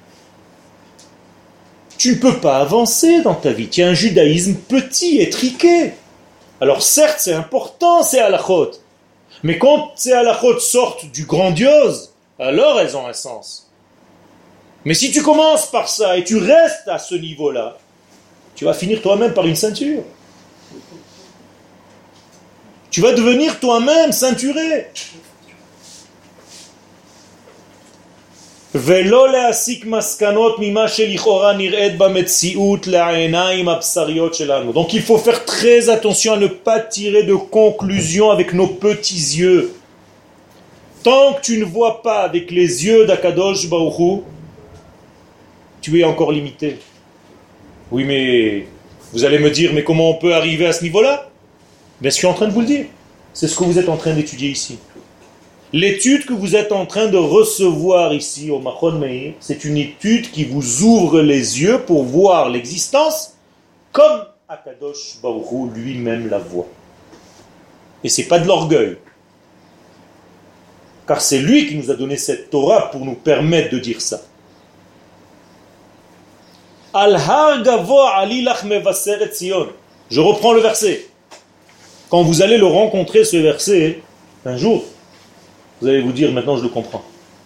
S1: Tu ne peux pas avancer dans ta vie. Tu as un judaïsme petit, étriqué. Alors certes, c'est important, ces halachot. Mais quand ces halachot sortent du grandiose, alors elles ont un sens. Mais si tu commences par ça et tu restes à ce niveau-là, tu vas finir toi-même par une ceinture. Tu vas devenir toi-même ceinturé. Donc il faut faire très attention à ne pas tirer de conclusions avec nos petits yeux. Tant que tu ne vois pas avec les yeux d'Akadosh Baruch Hu, tu es encore limité. Oui, mais vous allez me dire, mais comment on peut arriver à ce niveau-là? Bien, je suis en train de vous le dire. C'est ce que vous êtes en train d'étudier ici. L'étude que vous êtes en train de recevoir ici au Machon Meir, c'est une étude qui vous ouvre les yeux pour voir l'existence comme Akadosh Baruch Hu lui-même la voit. Et c'est pas de l'orgueil. Car c'est lui qui nous a donné cette Torah pour nous permettre de dire ça. Al-Har Gavoa Alilach Mevaseret Zion. Je reprends le verset. Quand vous allez le rencontrer, ce verset, un jour, vous allez vous dire, maintenant je le comprends.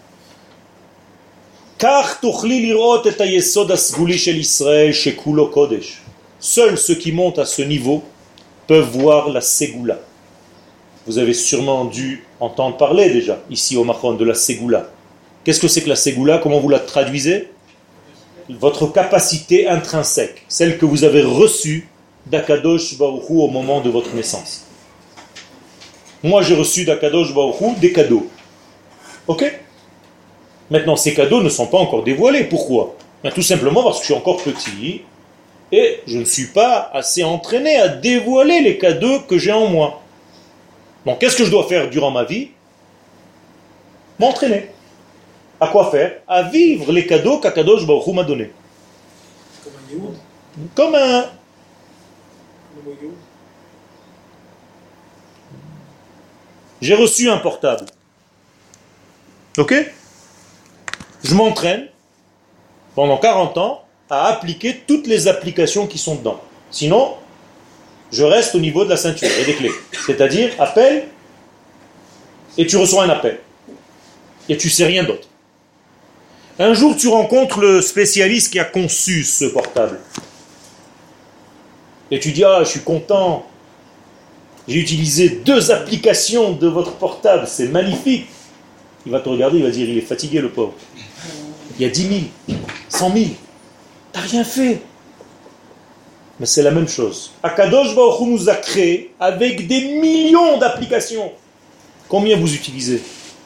S1: Car tuchli lirot et hayesod asguli shel Israël shekulo kodesh. Seuls ceux qui montent à ce niveau peuvent voir la Ségoula. Vous avez sûrement dû entendre parler déjà, ici au Machon, de la Ségoula. Qu'est-ce que c'est que la Ségoula? Comment vous la traduisez? Votre capacité intrinsèque, celle que vous avez reçue d'Akadosh Baruch Hu au moment de votre naissance. Moi, j'ai reçu d'Akadosh Baruch Hu des cadeaux. Ok? Maintenant, ces cadeaux ne sont pas encore dévoilés. Pourquoi? Ben, tout simplement parce que je suis encore petit et je ne suis pas assez entraîné à dévoiler les cadeaux que j'ai en moi. Donc, qu'est-ce que je dois faire durant ma vie? M'entraîner. À quoi faire? À vivre les cadeaux qu'Akadosh Baruch Hu m'a donnés.
S2: Comme un Yehoud.
S1: Comme un... J'ai reçu un portable. Ok? Je m'entraîne pendant quarante ans à appliquer toutes les applications qui sont dedans. Sinon, je reste au niveau de la ceinture et des clés. C'est-à-dire, appel, et tu reçois un appel. Et tu sais rien d'autre. Un jour, tu rencontres le spécialiste qui a conçu ce portable. Et tu dis, ah, je suis content. J'ai utilisé deux applications de votre portable, c'est magnifique. Il va te regarder, il va dire, il est fatigué le pauvre. Il y a dix mille, cent mille. T'as rien fait. Mais c'est la même chose. Akadosh Baruch Hu nous a créé avec des millions d'applications. Combien vous utilisez?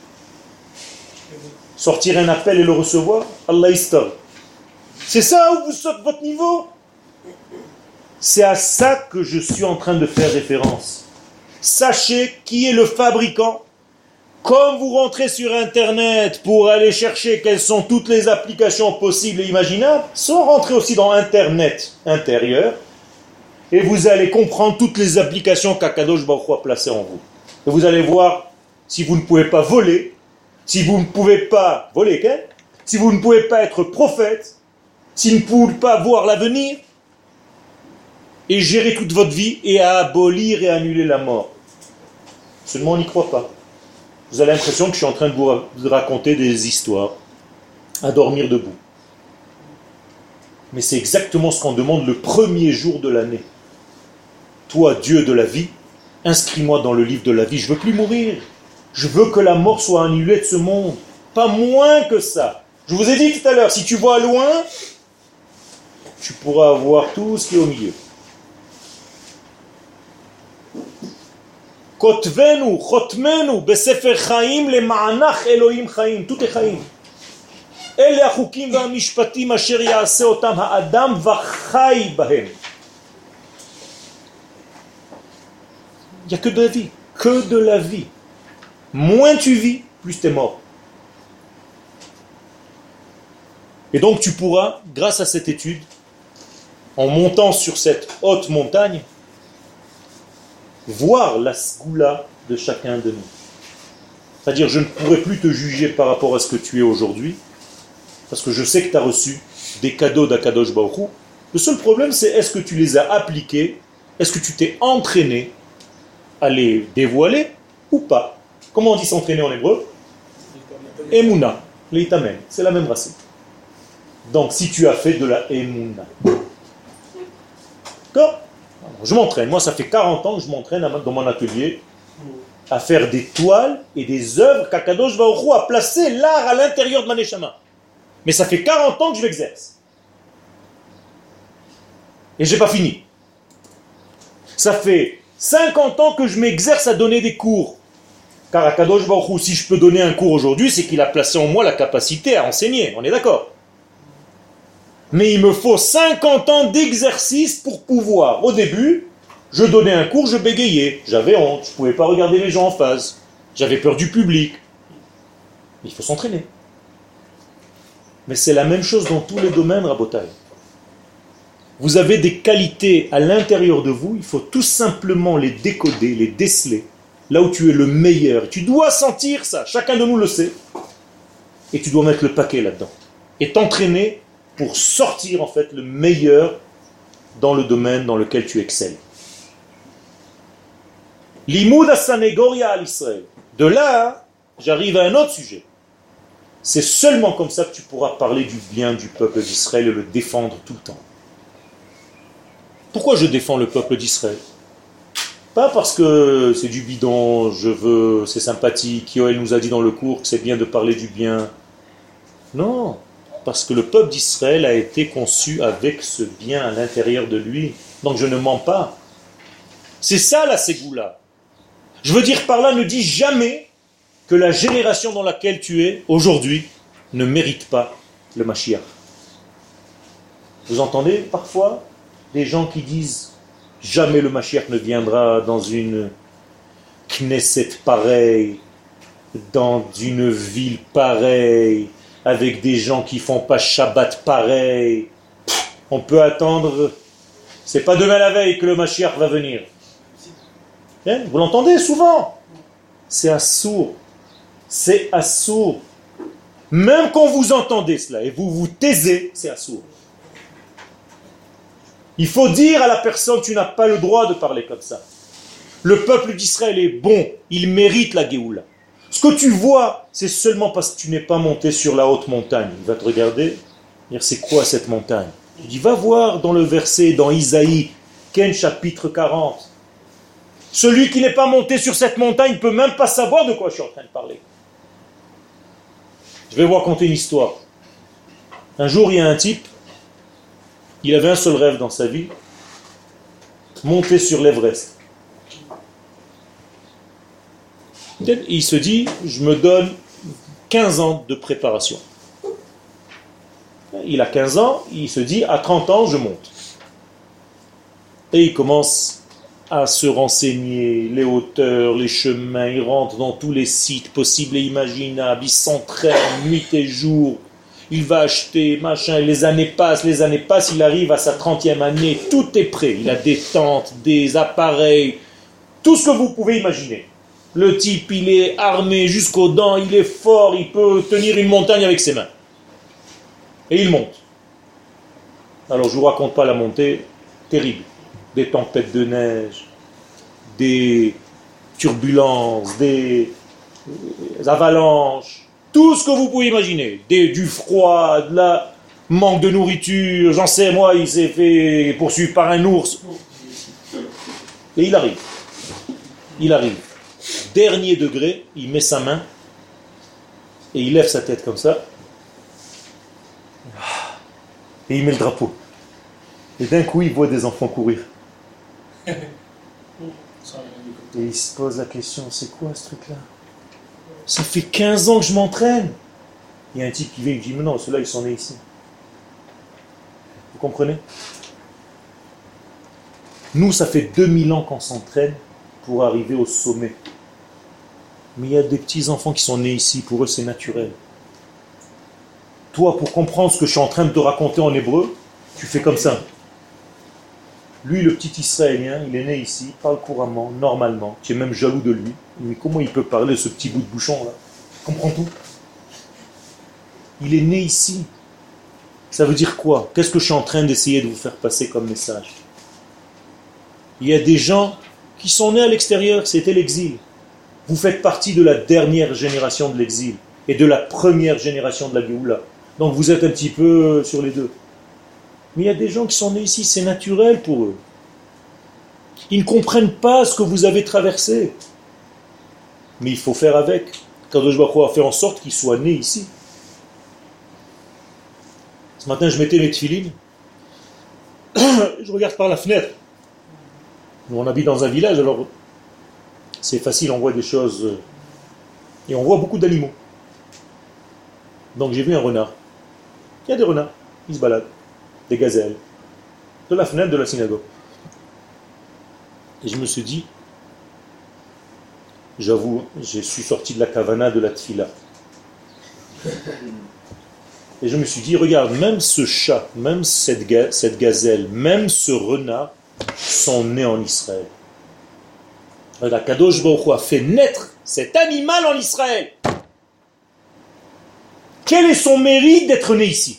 S1: Sortir un appel et le recevoir? Allah istar. C'est ça où vous sautez votre niveau? C'est à ça que je suis en train de faire référence. Sachez qui est le fabricant. Comme vous rentrez sur Internet pour aller chercher quelles sont toutes les applications possibles et imaginables, sans rentrer aussi dans Internet intérieur, et vous allez comprendre toutes les applications qu'Akadosh Baruch Hu a placées en vous. Et vous allez voir si vous ne pouvez pas voler, si vous ne pouvez pas voler, okay? Si vous ne pouvez pas être prophète, si vous ne pouvez pas voir l'avenir, et gérer toute votre vie et à abolir et annuler la mort. Seulement on n'y croit pas. Vous avez l'impression que je suis en train de vous raconter des histoires à dormir debout. Mais c'est exactement ce qu'on demande le premier jour de l'année. Toi, Dieu de la vie, inscris-moi dans le livre de la vie. Je ne veux plus mourir. Je veux que la mort soit annulée de ce monde. Pas moins que ça. Je vous ai dit tout à l'heure, si tu vois loin, tu pourras voir tout ce qui est au milieu. Kotvenu, chotmenu, besefer chaim lema'anach Elohim chaim. Tout est chaim. Ele hachukim va'mishpatim asher ya'aseh otam ha'adam v'chai bahem. Il n'y a que de la vie. que de la vie. Moins tu vis, plus tu es mort. Et donc tu pourras, grâce à cette étude, en montant sur cette haute montagne, voir la sgoula de chacun de nous. C'est-à-dire, je ne pourrai plus te juger par rapport à ce que tu es aujourd'hui, parce que je sais que tu as reçu des cadeaux d'Akadosh Baruch Hu. Le seul problème, c'est est-ce que tu les as appliqués, est-ce que tu t'es entraîné à les dévoiler ou pas. Comment on dit s'entraîner en hébreu? Emouna, leitamen, c'est la même racine. Donc, si tu as fait de la Emouna. D'accord? Je m'entraîne. Moi, ça fait quarante ans que je m'entraîne dans mon atelier à faire des toiles et des œuvres qu'Akadosh Baruch Hu a placé l'art à l'intérieur de ma neshama. Mais ça fait quarante ans que je l'exerce. Et je n'ai pas fini. Ça fait cinquante ans que je m'exerce à donner des cours. Car Akadosh Baruch Hu, si je peux donner un cours aujourd'hui, c'est qu'il a placé en moi la capacité à enseigner. On est d'accord? Mais il me faut cinquante ans d'exercice pour pouvoir. Au début, je donnais un cours, je bégayais. J'avais honte, je ne pouvais pas regarder les gens en face. J'avais peur du public. Il faut s'entraîner. Mais c'est la même chose dans tous les domaines, Rabotai. Vous avez des qualités à l'intérieur de vous, il faut tout simplement les décoder, les déceler. Là où tu es le meilleur. Tu dois sentir ça, chacun de nous le sait. Et tu dois mettre le paquet là-dedans. Et t'entraîner pour sortir en fait le meilleur dans le domaine dans lequel tu excelles. Limoud Asanegoria à l'Israël. De là, j'arrive à un autre sujet. C'est seulement comme ça que tu pourras parler du bien du peuple d'Israël et le défendre tout le temps. Pourquoi je défends le peuple d'Israël? Pas parce que c'est du bidon, je veux, c'est sympathique, Yoël nous a dit dans le cours que c'est bien de parler du bien. Non, parce que le peuple d'Israël a été conçu avec ce bien à l'intérieur de lui. Donc je ne mens pas. C'est ça la ségoula. Je veux dire par là, ne dis jamais que la génération dans laquelle tu es aujourd'hui ne mérite pas le Mashiach. Vous entendez parfois des gens qui disent jamais le Mashiach ne viendra dans une Knesset pareille, dans une ville pareille, avec des gens qui font pas Shabbat pareil. Pff, on peut attendre, c'est pas demain la veille que le Mashiach va venir. Hein? Vous l'entendez souvent? C'est assourd. C'est assourd. Même quand vous entendez cela et vous vous taisez, c'est assourd. Il faut dire à la personne, tu n'as pas le droit de parler comme ça. Le peuple d'Israël est bon, il mérite la Géoula. Ce que tu vois, c'est seulement parce que tu n'es pas monté sur la haute montagne. Il va te regarder, dire c'est quoi cette montagne? Tu dis, va voir dans le verset, dans Isaïe, Ken chapitre quarante. Celui qui n'est pas monté sur cette montagne ne peut même pas savoir de quoi je suis en train de parler. Je vais vous raconter une histoire. Un jour, il y a un type, il avait un seul rêve dans sa vie, monter sur l'Everest. Il se dit, je me donne quinze ans de préparation. Il a quinze ans, il se dit, à trente ans, je monte. Et il commence à se renseigner, les hauteurs, les chemins, il rentre dans tous les sites possibles et imaginables, il s'entraîne nuit et jour, il va acheter, machin, et les années passent, les années passent, il arrive à sa trentième année, tout est prêt, il a des tentes, des appareils, tout ce que vous pouvez imaginer. Le type, il est armé jusqu'aux dents, il est fort, il peut tenir une montagne avec ses mains. Et il monte. Alors je ne vous raconte pas la montée, terrible. Des tempêtes de neige, des turbulences, des avalanches, tout ce que vous pouvez imaginer. Des, du froid, de la manque de nourriture, j'en sais moi, il s'est fait poursuivre par un ours. Et il arrive. Il arrive. Dernier degré, il met sa main et il lève sa tête comme ça. Et il met le drapeau. Et d'un coup, il voit des enfants courir. Et il se pose la question, c'est quoi ce truc-là? Ça fait quinze ans que je m'entraîne. Il y a un type qui vient et dit, mais non, ceux-là, ils sont nés ici. Vous comprenez? Nous, ça fait deux mille ans qu'on s'entraîne pour arriver au sommet. Mais il y a des petits-enfants qui sont nés ici, pour eux c'est naturel. Toi, pour comprendre ce que je suis en train de te raconter en hébreu, tu fais comme ça. Lui, le petit Israélien, il est né ici, il parle couramment, normalement. Tu es même jaloux de lui. Mais comment il peut parler, ce petit bout de bouchon là? Il comprend tout. Il est né ici. Ça veut dire quoi? Qu'est-ce que je suis en train d'essayer de vous faire passer comme message? Il y a des gens qui sont nés à l'extérieur, c'était l'exil. Vous faites partie de la dernière génération de l'exil et de la première génération de la Géoula. Donc vous êtes un petit peu sur les deux. Mais il y a des gens qui sont nés ici, c'est naturel pour eux. Ils ne comprennent pas ce que vous avez traversé. Mais il faut faire avec. Kadosh Baruch Hu a fait en sorte qu'ils soient nés ici. Ce matin, je mettais mes tefilines. Je regarde par la fenêtre. Nous, on habite dans un village, alors c'est facile, on voit des choses. Et on voit beaucoup d'animaux. Donc j'ai vu un renard. Il y a des renards, ils se baladent. Des gazelles, de la fenêtre de la synagogue. Et je me suis dit, j'avoue, je suis sorti de la kavana de la tfila. Et je me suis dit, regarde, même ce chat, même cette, ga- cette gazelle, même ce renard sont nés en Israël. La Kadosh Baruch Hu a fait naître cet animal en Israël. Quel est son mérite d'être né ici?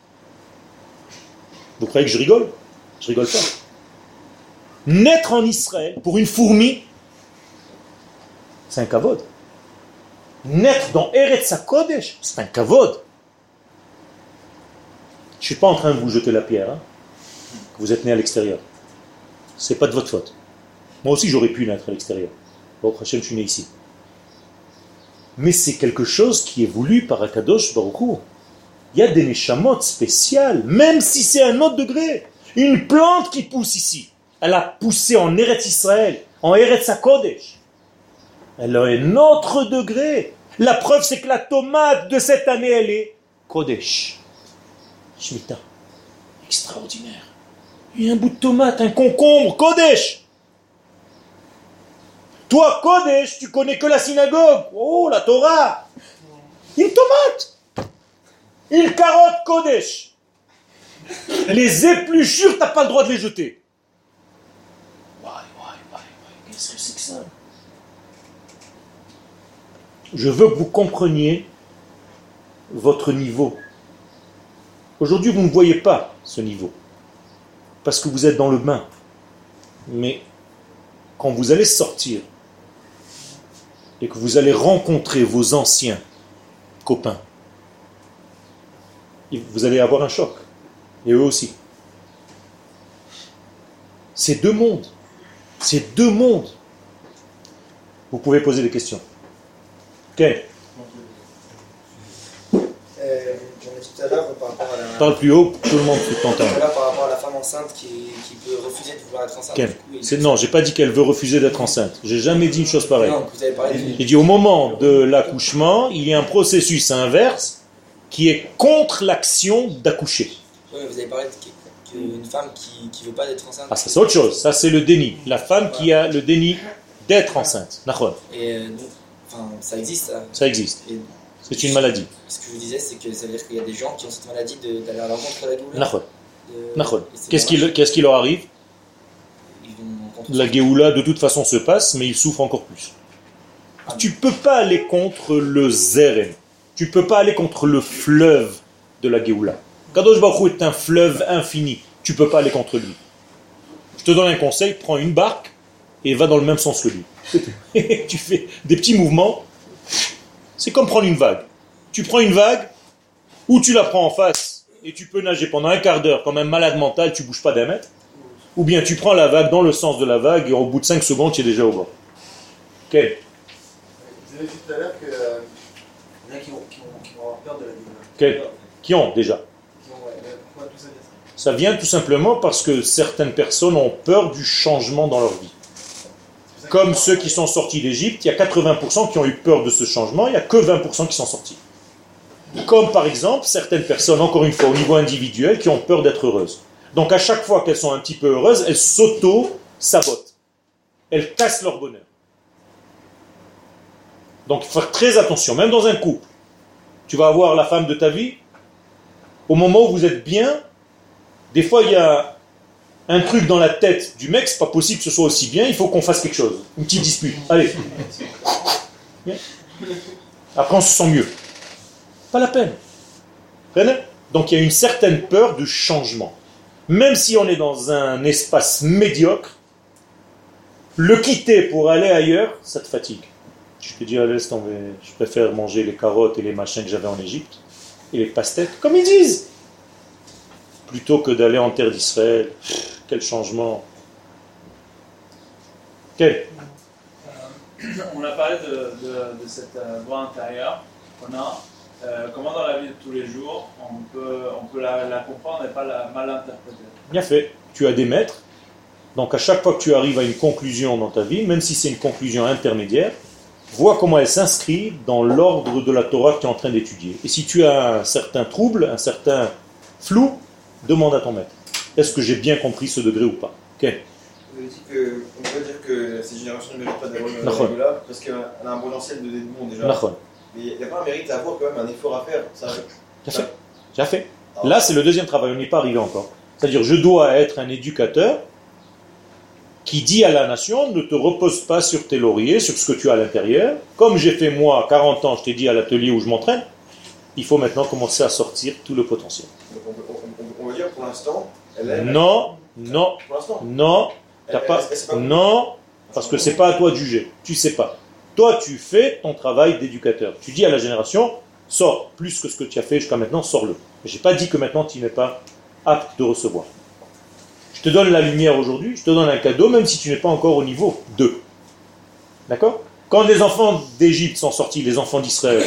S1: Vous croyez que je rigole? Je rigole pas. Naître en Israël, pour une fourmi, c'est un kavod. Naître dans Eretz HaKodesh, c'est un kavod. Je ne suis pas en train de vous jeter la pierre, hein, que vous êtes né à l'extérieur. Ce n'est pas de votre faute. Moi aussi, j'aurais pu naître à l'extérieur. Bon, Hachem, je suis né ici. Mais c'est quelque chose qui est voulu par Akadosh Baruch Hu. Il y a des neshamot spéciales, même si c'est un autre degré. Une plante qui pousse ici, elle a poussé en Eretz Israël, en Eretz HaKodesh. Elle a un autre degré. La preuve, c'est que la tomate de cette année, elle est Kodesh. Shemitah. Extraordinaire. Il y a un bout de tomate, un concombre, Kodesh. Toi, Kodesh, tu connais que la synagogue. Oh, la Torah. Une tomate. Une carotte Kodesh. Les épluchures, tu n'as pas le droit de les jeter. Ouais, ouais, ouais, ouais. Qu'est-ce que c'est que ça? Je veux que vous compreniez votre niveau. Aujourd'hui, vous ne voyez pas ce niveau. Parce que vous êtes dans le bain. Mais quand vous allez sortir et que vous allez rencontrer vos anciens copains, vous allez avoir un choc. Et eux aussi. C'est deux mondes. C'est deux mondes. Vous pouvez poser des questions. Quel?
S3: Euh, J'en ai dit tout à l'heure par rapport à la...
S1: Parle plus haut, tout le monde peut t'entendre.
S3: Tout à l'heure par rapport à la femme enceinte qui, qui peut refuser de vouloir être enceinte.
S1: Quel?
S3: Du coup, il-
S1: C'est, non, j'ai pas dit qu'elle veut refuser d'être enceinte. J'ai jamais dit une chose pareille.
S3: Non, vous avez parlé de...
S1: J'ai dit au moment de l'accouchement, il y a un processus inverse qui est contre l'action d'accoucher.
S3: Oui, mais vous avez parlé d'une femme qui ne veut pas être enceinte.
S1: Ah, ça c'est autre chose. Ça c'est le déni. La femme qui a le déni d'être enceinte. D'accord.
S3: Et euh, donc, enfin, ça existe. Ça,
S1: Ça existe.
S3: Et
S1: C'est une maladie.
S3: ce que je vous disais, c'est que ça veut dire qu'il y a des gens qui ont cette maladie de- d'aller à l'encontre de la Géoula.
S1: D'accord.
S3: De-
S1: D'accord.
S3: et c'est
S1: Qu'est-ce qui,
S3: dommage.
S1: qu'est-ce qui leur arrive?
S3: Ils vont contre
S1: La Géoula de toute façon se passe, mais ils souffrent encore plus. Tu ne peux pas aller contre le Zeren. Tu ne peux pas aller contre le fleuve de la Géoula. Kadosh Baruch Hu est un fleuve infini. Tu ne peux pas aller contre lui. Je te donne un conseil, prends une barque et va dans le même sens que lui. Tu fais des petits mouvements. C'est comme prendre une vague. Tu prends une vague, ou tu la prends en face et tu peux nager pendant un quart d'heure comme un malade mental, tu ne bouges pas d'un mètre. Ou bien tu prends la vague dans le sens de la vague et au bout de cinq secondes, tu es déjà au bord. Ok.
S4: Vous avez dit tout à l'heure que euh, il y en a qui vont, qui vont, qui vont avoir peur de la Géoula.
S1: Ok. Qui ont déjà.
S4: Qui vont, ouais, mais pourquoi tout ça vient ça?
S1: Ça vient tout simplement parce que certaines personnes ont peur du changement dans leur vie.
S4: C'est pour ça
S1: Comme
S4: que-
S1: ceux qui sont sortis d'Égypte, il y a quatre-vingts pour cent qui ont eu peur de ce changement, il n'y a que vingt pour cent qui sont sortis. Comme par exemple certaines personnes, encore une fois au niveau individuel, qui ont peur d'être heureuses. Donc à chaque fois qu'elles sont un petit peu heureuses, elles s'auto-sabotent. elles cassent leur bonheur. Donc il faut faire très attention, même dans un couple. Tu vas avoir la femme de ta vie, au moment où vous êtes bien, des fois il y a un truc dans la tête du mec, c'est pas possible que ce soit aussi bien, il faut qu'on fasse quelque chose. Une petite dispute. Allez. Après on se sent mieux. Pas la peine. Donc il y a une certaine peur du changement. Même si on est dans un espace médiocre, le quitter pour aller ailleurs, ça te fatigue. Je te dis, allez, laisse tomber, je préfère manger les carottes et les machins que j'avais en Égypte, et les pastèques, comme ils disent, plutôt que d'aller en terre d'Israël. Pff, quel changement. Quel
S5: euh, On a parlé de, de, de cette euh, voix intérieure qu'on a. Euh, comment dans la vie de tous les jours, on peut, on peut la, la comprendre et pas la mal interpréter.
S1: Bien fait. Tu as des maîtres. Donc à chaque fois que tu arrives à une conclusion dans ta vie, même si c'est une conclusion intermédiaire, vois comment elle s'inscrit dans l'ordre de la Torah que tu es en train d'étudier. Et si tu as un certain trouble, un certain flou, demande à ton maître. Est-ce que j'ai bien compris ce degré ou pas? Okay.
S4: Vous avez dit qu'on peut dire que ces générations ne méritent pas d'avoir le là parce qu'elle a un potentiel de développement déjà.
S1: Nachon.
S4: Mais il n'y a pas un mérite à avoir quand même, un effort à faire. Ça,
S1: J'ai fait. J'ai fait. Là, c'est le deuxième travail, on n'y est pas arrivé encore. C'est-à-dire, je dois être un éducateur qui dit à la nation, ne te repose pas sur tes lauriers, sur ce que tu as à l'intérieur. Comme j'ai fait moi, quarante ans, je t'ai dit à l'atelier où je m'entraîne, il faut maintenant commencer à sortir tout le potentiel.
S4: Donc on, on, on va dire pour l'instant, elle est...
S1: Non, non,
S4: pour l'instant.
S1: non, t'as
S4: elle,
S1: pas,
S4: elle, elle, pas
S1: non, parce que c'est pas à toi de juger, tu sais pas. Toi, tu fais ton travail d'éducateur. Tu dis à la génération, sors plus que ce que tu as fait jusqu'à maintenant, sors-le. Je n'ai pas dit que maintenant tu n'es pas apte de recevoir. Je te donne la lumière aujourd'hui, je te donne un cadeau, même si tu n'es pas encore au niveau deux. D'accord? Quand les enfants d'Égypte sont sortis, les enfants d'Israël,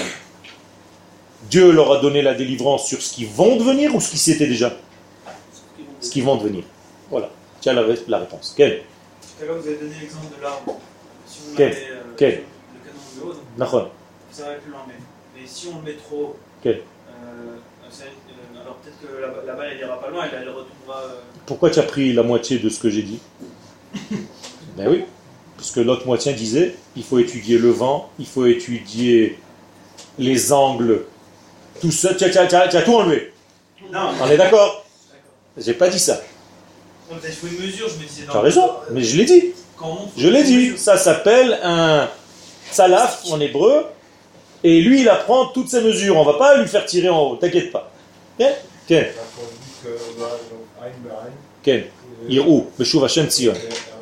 S1: Dieu leur a donné la délivrance sur ce qu'ils vont devenir ou ce qui c'était déjà? Ce qu'ils vont devenir. Voilà. Tu as la, la réponse. Quel?
S2: Tout à l'heure, vous avez donné l'exemple de l'arbre. Si on
S1: Quel?
S2: met euh,
S1: Quel?
S2: le canon de haut,
S1: D'accord.
S2: ça va plus loin. Mais, mais si on le met trop haut,
S1: Quel?
S2: euh, ça, euh, alors peut-être que la, la balle elle ira pas loin, elle, elle retournera. Euh...
S1: Pourquoi tu as pris la moitié de ce que j'ai dit? Ben oui. Parce que l'autre moitié disait, il faut étudier le vent, il faut étudier les angles, tout ça. Tu as, tu as, tu as, tu as tout enlevé.
S2: Non.
S1: On est d'accord? J'ai pas dit ça.
S2: Non, peut-être faut une mesure, je me disais.
S1: Tu as raison, mais je l'ai dit.
S2: Quand on
S1: Je l'ai dit. Ça s'appelle un salaf en hébreu. Et lui, il apprend toutes ces mesures. On ne va pas lui faire tirer en haut, t'inquiète pas. Ken? Ken? Ken? Irou, Meshuv Hashem Tzion.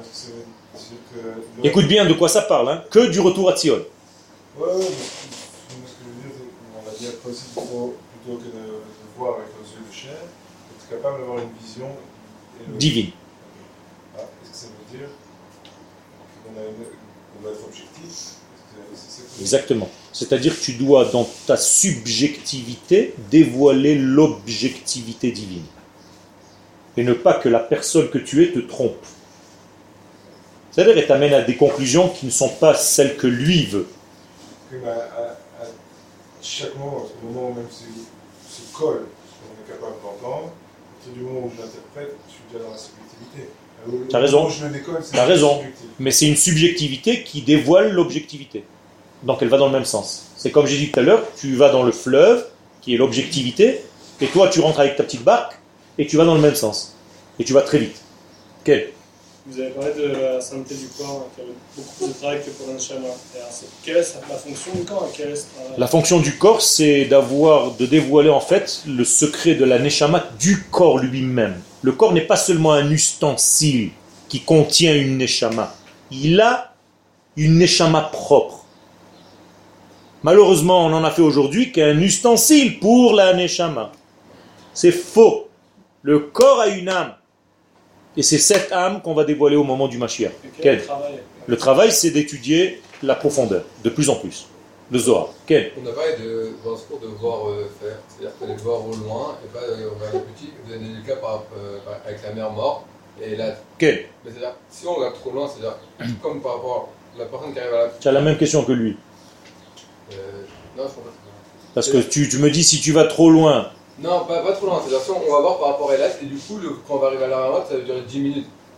S1: Écoute bien de quoi ça parle, hein? Que du retour à Tzion.
S6: Ouais, ouais, mais ce que je veux dire, on a dit après aussi, plutôt, plutôt que de, de voir avec nos yeux de chair, être capable d'avoir une vision
S1: divine.
S6: Ah, est-ce que ça veut dire qu'on a une, qu'on doit être objectif? C'est, c'est
S1: Exactement. C'est-à-dire que tu dois, dans ta subjectivité, dévoiler l'objectivité divine. Et ne pas que la personne que tu es te trompe. C'est-à-dire qu'elle t'amène à des conclusions qui ne sont pas celles que lui veut.
S6: Que, bah, à, à chaque moment, au moment où même se, se colle ce qu'on est capable d'entendre, à partir du moment où je l'interprète, je suis déjà dans la subjectivité.
S1: Tu as raison.
S6: Je le décolle, c'est
S1: tu as raison.
S6: subjectif.
S1: Mais c'est une subjectivité qui dévoile l'objectivité. Donc elle va dans le même sens. C'est comme j'ai dit tout à l'heure, tu vas dans le fleuve, qui est l'objectivité, et toi tu rentres avec ta petite barque, et tu vas dans le même sens. Et tu vas très vite. Quel?
S7: Vous avez parlé de la sainteté du corps, qui avait beaucoup plus de travail que pour un neshama. Quelle est la fonction du corps et quel est ce travail?
S1: La fonction du corps, c'est d'avoir, de dévoiler en fait le secret de la neshama du corps lui-même. Le corps n'est pas seulement un ustensile qui contient une neshama. Il a une neshama propre. Malheureusement, on en a fait aujourd'hui qu'un ustensile pour la neshama. C'est faux. Le corps a une âme. Et c'est cette âme qu'on va dévoiler au moment du Mashiach.
S7: Quel travail?
S1: Le travail, c'est d'étudier la profondeur, de plus en plus. Le Zohar. Quel?
S8: On a parlé de, dans ce cours de voir euh, faire, c'est-à-dire que de voir au loin et pas euh, vers les petits. Vous avez donné le cas par, euh, avec la mer morte. Et là,
S1: Quel?
S8: mais c'est-à-dire, si on regarde trop loin, c'est-à-dire, comme par rapport à la personne qui arrive à la.
S1: Tu as la même question que lui.
S8: Euh, non, je comprends pas.
S1: Parce que tu, tu me dis, si tu vas trop loin.
S8: Non, pas, pas trop loin. C'est-à-dire, si on, on va voir par rapport à Elat, et du coup, le, quand on va arriver à la mer morte, ça va durer dix minutes.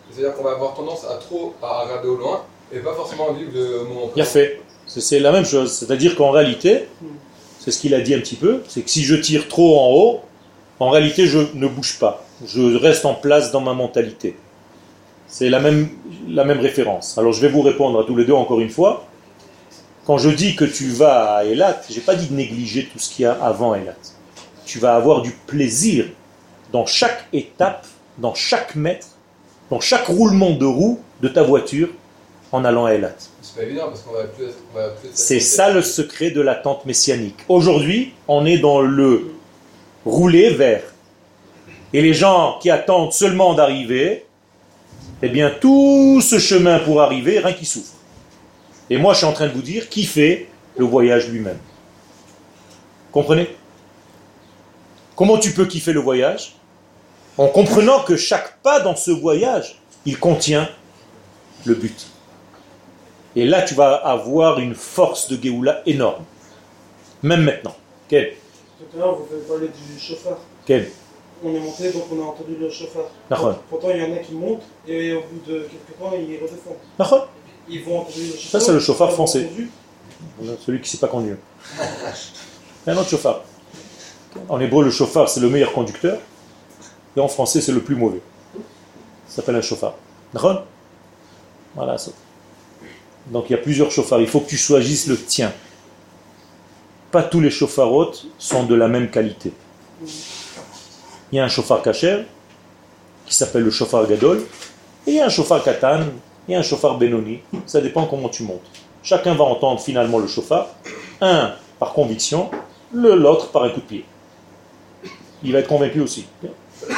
S8: C'est-à-dire qu'on va avoir tendance à trop à regarder au loin et pas forcément vivre le moment présent.
S1: Bien fait. C'est c'est la même chose. C'est-à-dire qu'en réalité, c'est ce qu'il a dit un petit peu, c'est que si je tire trop en haut, en réalité je ne bouge pas. Je reste en place dans ma mentalité. C'est la même, la même référence. Alors je vais vous répondre à tous les deux encore une fois. Quand je dis que tu vas à Eilat, je n'ai pas dit de négliger tout ce qu'il y a avant Eilat. Tu vas avoir du plaisir dans chaque étape, dans chaque mètre, dans chaque roulement de roue de ta voiture en allant à Eilat.
S8: C'est pas évident parce qu'on va plus, on va plus
S1: C'est ça le secret de l'attente messianique. Aujourd'hui, on est dans le rouler vers. Et les gens qui attendent seulement d'arriver, eh bien tout ce chemin pour arriver, rien qui souffre. Et moi, je suis en train de vous dire qui fait le voyage lui-même. Comprenez? Comment tu peux kiffer le voyage? En comprenant que chaque pas dans ce voyage, il contient le but. Et là, tu vas avoir une force de Géoula énorme. Même maintenant. Quel?
S7: Tout à l'heure, vous avez parlé du chauffeur.
S1: Quel?
S7: On est monté, donc on a entendu le chauffeur.
S1: D'accord.
S7: Pourtant, il y en a qui montent, et au bout de quelques temps, ils redescendent.
S1: D'accord.
S7: Ils vont entendre le chauffeur.
S1: Ça, c'est le chauffeur
S7: ils ont
S1: français.
S7: entendu.
S1: Celui qui ne sait pas conduire. Un autre chauffeur. En hébreu, le chauffeur, c'est le meilleur conducteur. Et en français, c'est le plus mauvais. Ça s'appelle un chauffeur. D'accord? Voilà. Ça. Donc, il y a plusieurs chauffards. Il faut que tu choisisses le tien. Pas tous les chauffarotes sont de la même qualité. Il y a un chauffard kasher qui s'appelle le chauffard gadol, et il y a un chauffard katan, et un chauffard benoni. Ça dépend comment tu montes. Chacun va entendre finalement le chauffard, un par conviction, le l'autre par un coup de pied. Il va être convaincu aussi.
S9: Une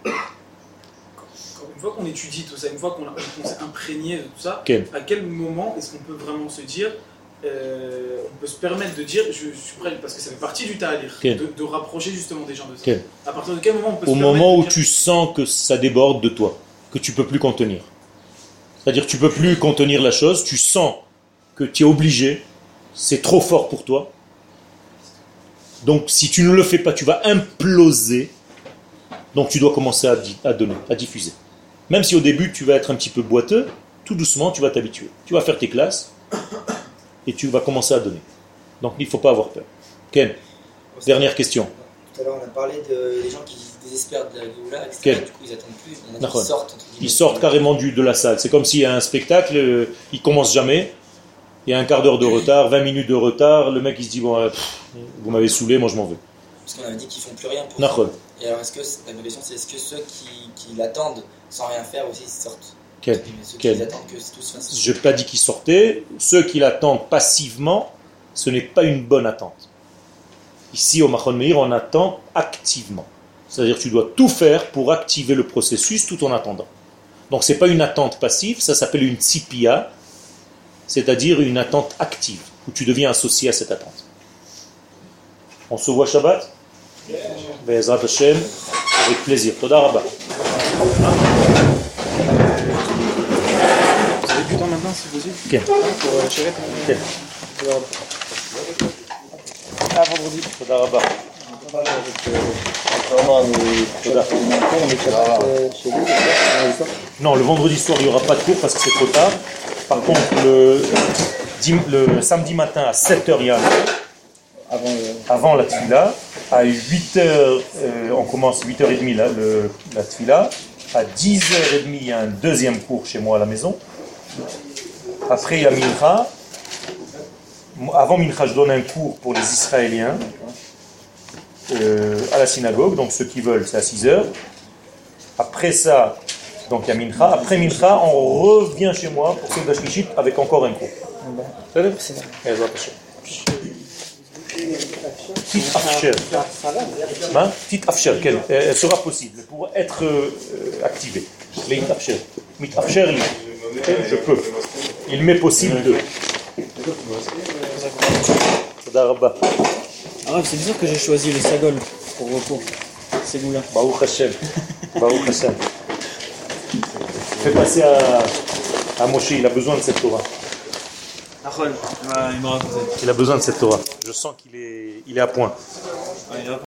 S9: fois qu'on étudie tout ça, une fois qu'on, a, qu'on s'est imprégné de tout ça,
S1: Quel?
S9: à quel moment est-ce qu'on peut vraiment se dire, euh, on peut se permettre de dire, je, je suis prêt, parce que ça fait partie du ta'alir, de, de rapprocher justement des gens de ça.
S1: Quel?
S9: À partir de quel moment on peut
S1: Au
S9: se permettre
S1: moment
S9: de
S1: où
S9: dire...
S1: tu sens que ça déborde de toi, que tu ne peux plus contenir. C'est-à-dire que tu ne peux plus contenir la chose, tu sens que tu es obligé, c'est trop fort pour toi. Donc si tu ne le fais pas, tu vas imploser. Donc tu dois commencer à, à donner, à diffuser. Même si au début tu vas être un petit peu boiteux, tout doucement tu vas t'habituer. Tu vas faire tes classes et tu vas commencer à donner. Donc il ne faut pas avoir peur. Ken, dernière question.
S3: Tout à l'heure on a parlé de, des gens qui désespèrent de la Géoula, et cetera.
S1: Quel?
S3: Du coup ils attendent plus. On a dit qu'ils sortent. entre guillemets.
S1: Ils sortent carrément du, de la salle. C'est comme s'il y a un spectacle, euh, il commence jamais. Il y a un quart d'heure de retard, vingt minutes de retard. Le mec il se dit bon, euh, pff, vous m'avez saoulé, moi je m'en veux.
S3: Parce qu'on avait dit qu'ils font plus rien pour
S1: Nachol.
S3: Et alors est-ce que, la vraie question c'est est-ce que ceux qui, qui l'attendent sans rien faire aussi sortent?
S1: Quel?
S3: Ceux
S1: Quel?
S3: qui attendent que tout se fasse.
S1: Je n'ai pas dit qu'ils sortaient. Ceux qui l'attendent passivement, ce n'est pas une bonne attente. Ici, au Machon Meir, on attend activement. C'est-à-dire que tu dois tout faire pour activer le processus tout en attendant. Donc, ce n'est pas une attente passive, ça s'appelle une tzipia, c'est-à-dire une attente active, où tu deviens associé à cette attente. On se voit Shabbat? Be'ezrat Hashem, avec plaisir. Toda Rabba.
S9: Vous avez du temps maintenant, si possible?
S1: Okay.
S9: Pour euh, Chéret
S1: Okay.
S9: À vendredi.
S1: Toda Rabba. Non, le vendredi soir, il n'y aura pas de cours parce que c'est trop tard. Par contre, le, le samedi matin à sept heures, il y a un cours. Avant, le... Avant la tfila. À huit heures, euh, on commence huit heures trente là, le, la tfila. À dix heures trente, il y a un deuxième cours chez moi à la maison. Après, il y a Mincha. Avant Mincha, je donne un cours pour les Israéliens euh, à la synagogue. Donc, ceux qui veulent, c'est à six heures. Après ça, donc il y a Mincha. Après Mincha, on revient chez moi pour Seudah Shlichit avec encore un cours. Tit afsher. Tit afsher, elle sera possible pour être euh, activée. Les tit afsher. Mit afsher, je peux. Il m'est possible de.
S10: Ah, c'est bizarre que j'ai choisi le Sagol pour recours. C'est goût là.
S1: Baruch Hashem. Baruch Hashem. Fais passer à, à Moshe, il a besoin de cette Torah.
S9: Nachol, il m'a raconté.
S1: Il a besoin de cette Torah. Je sens qu'il est, il est à point.
S9: Ouais, il a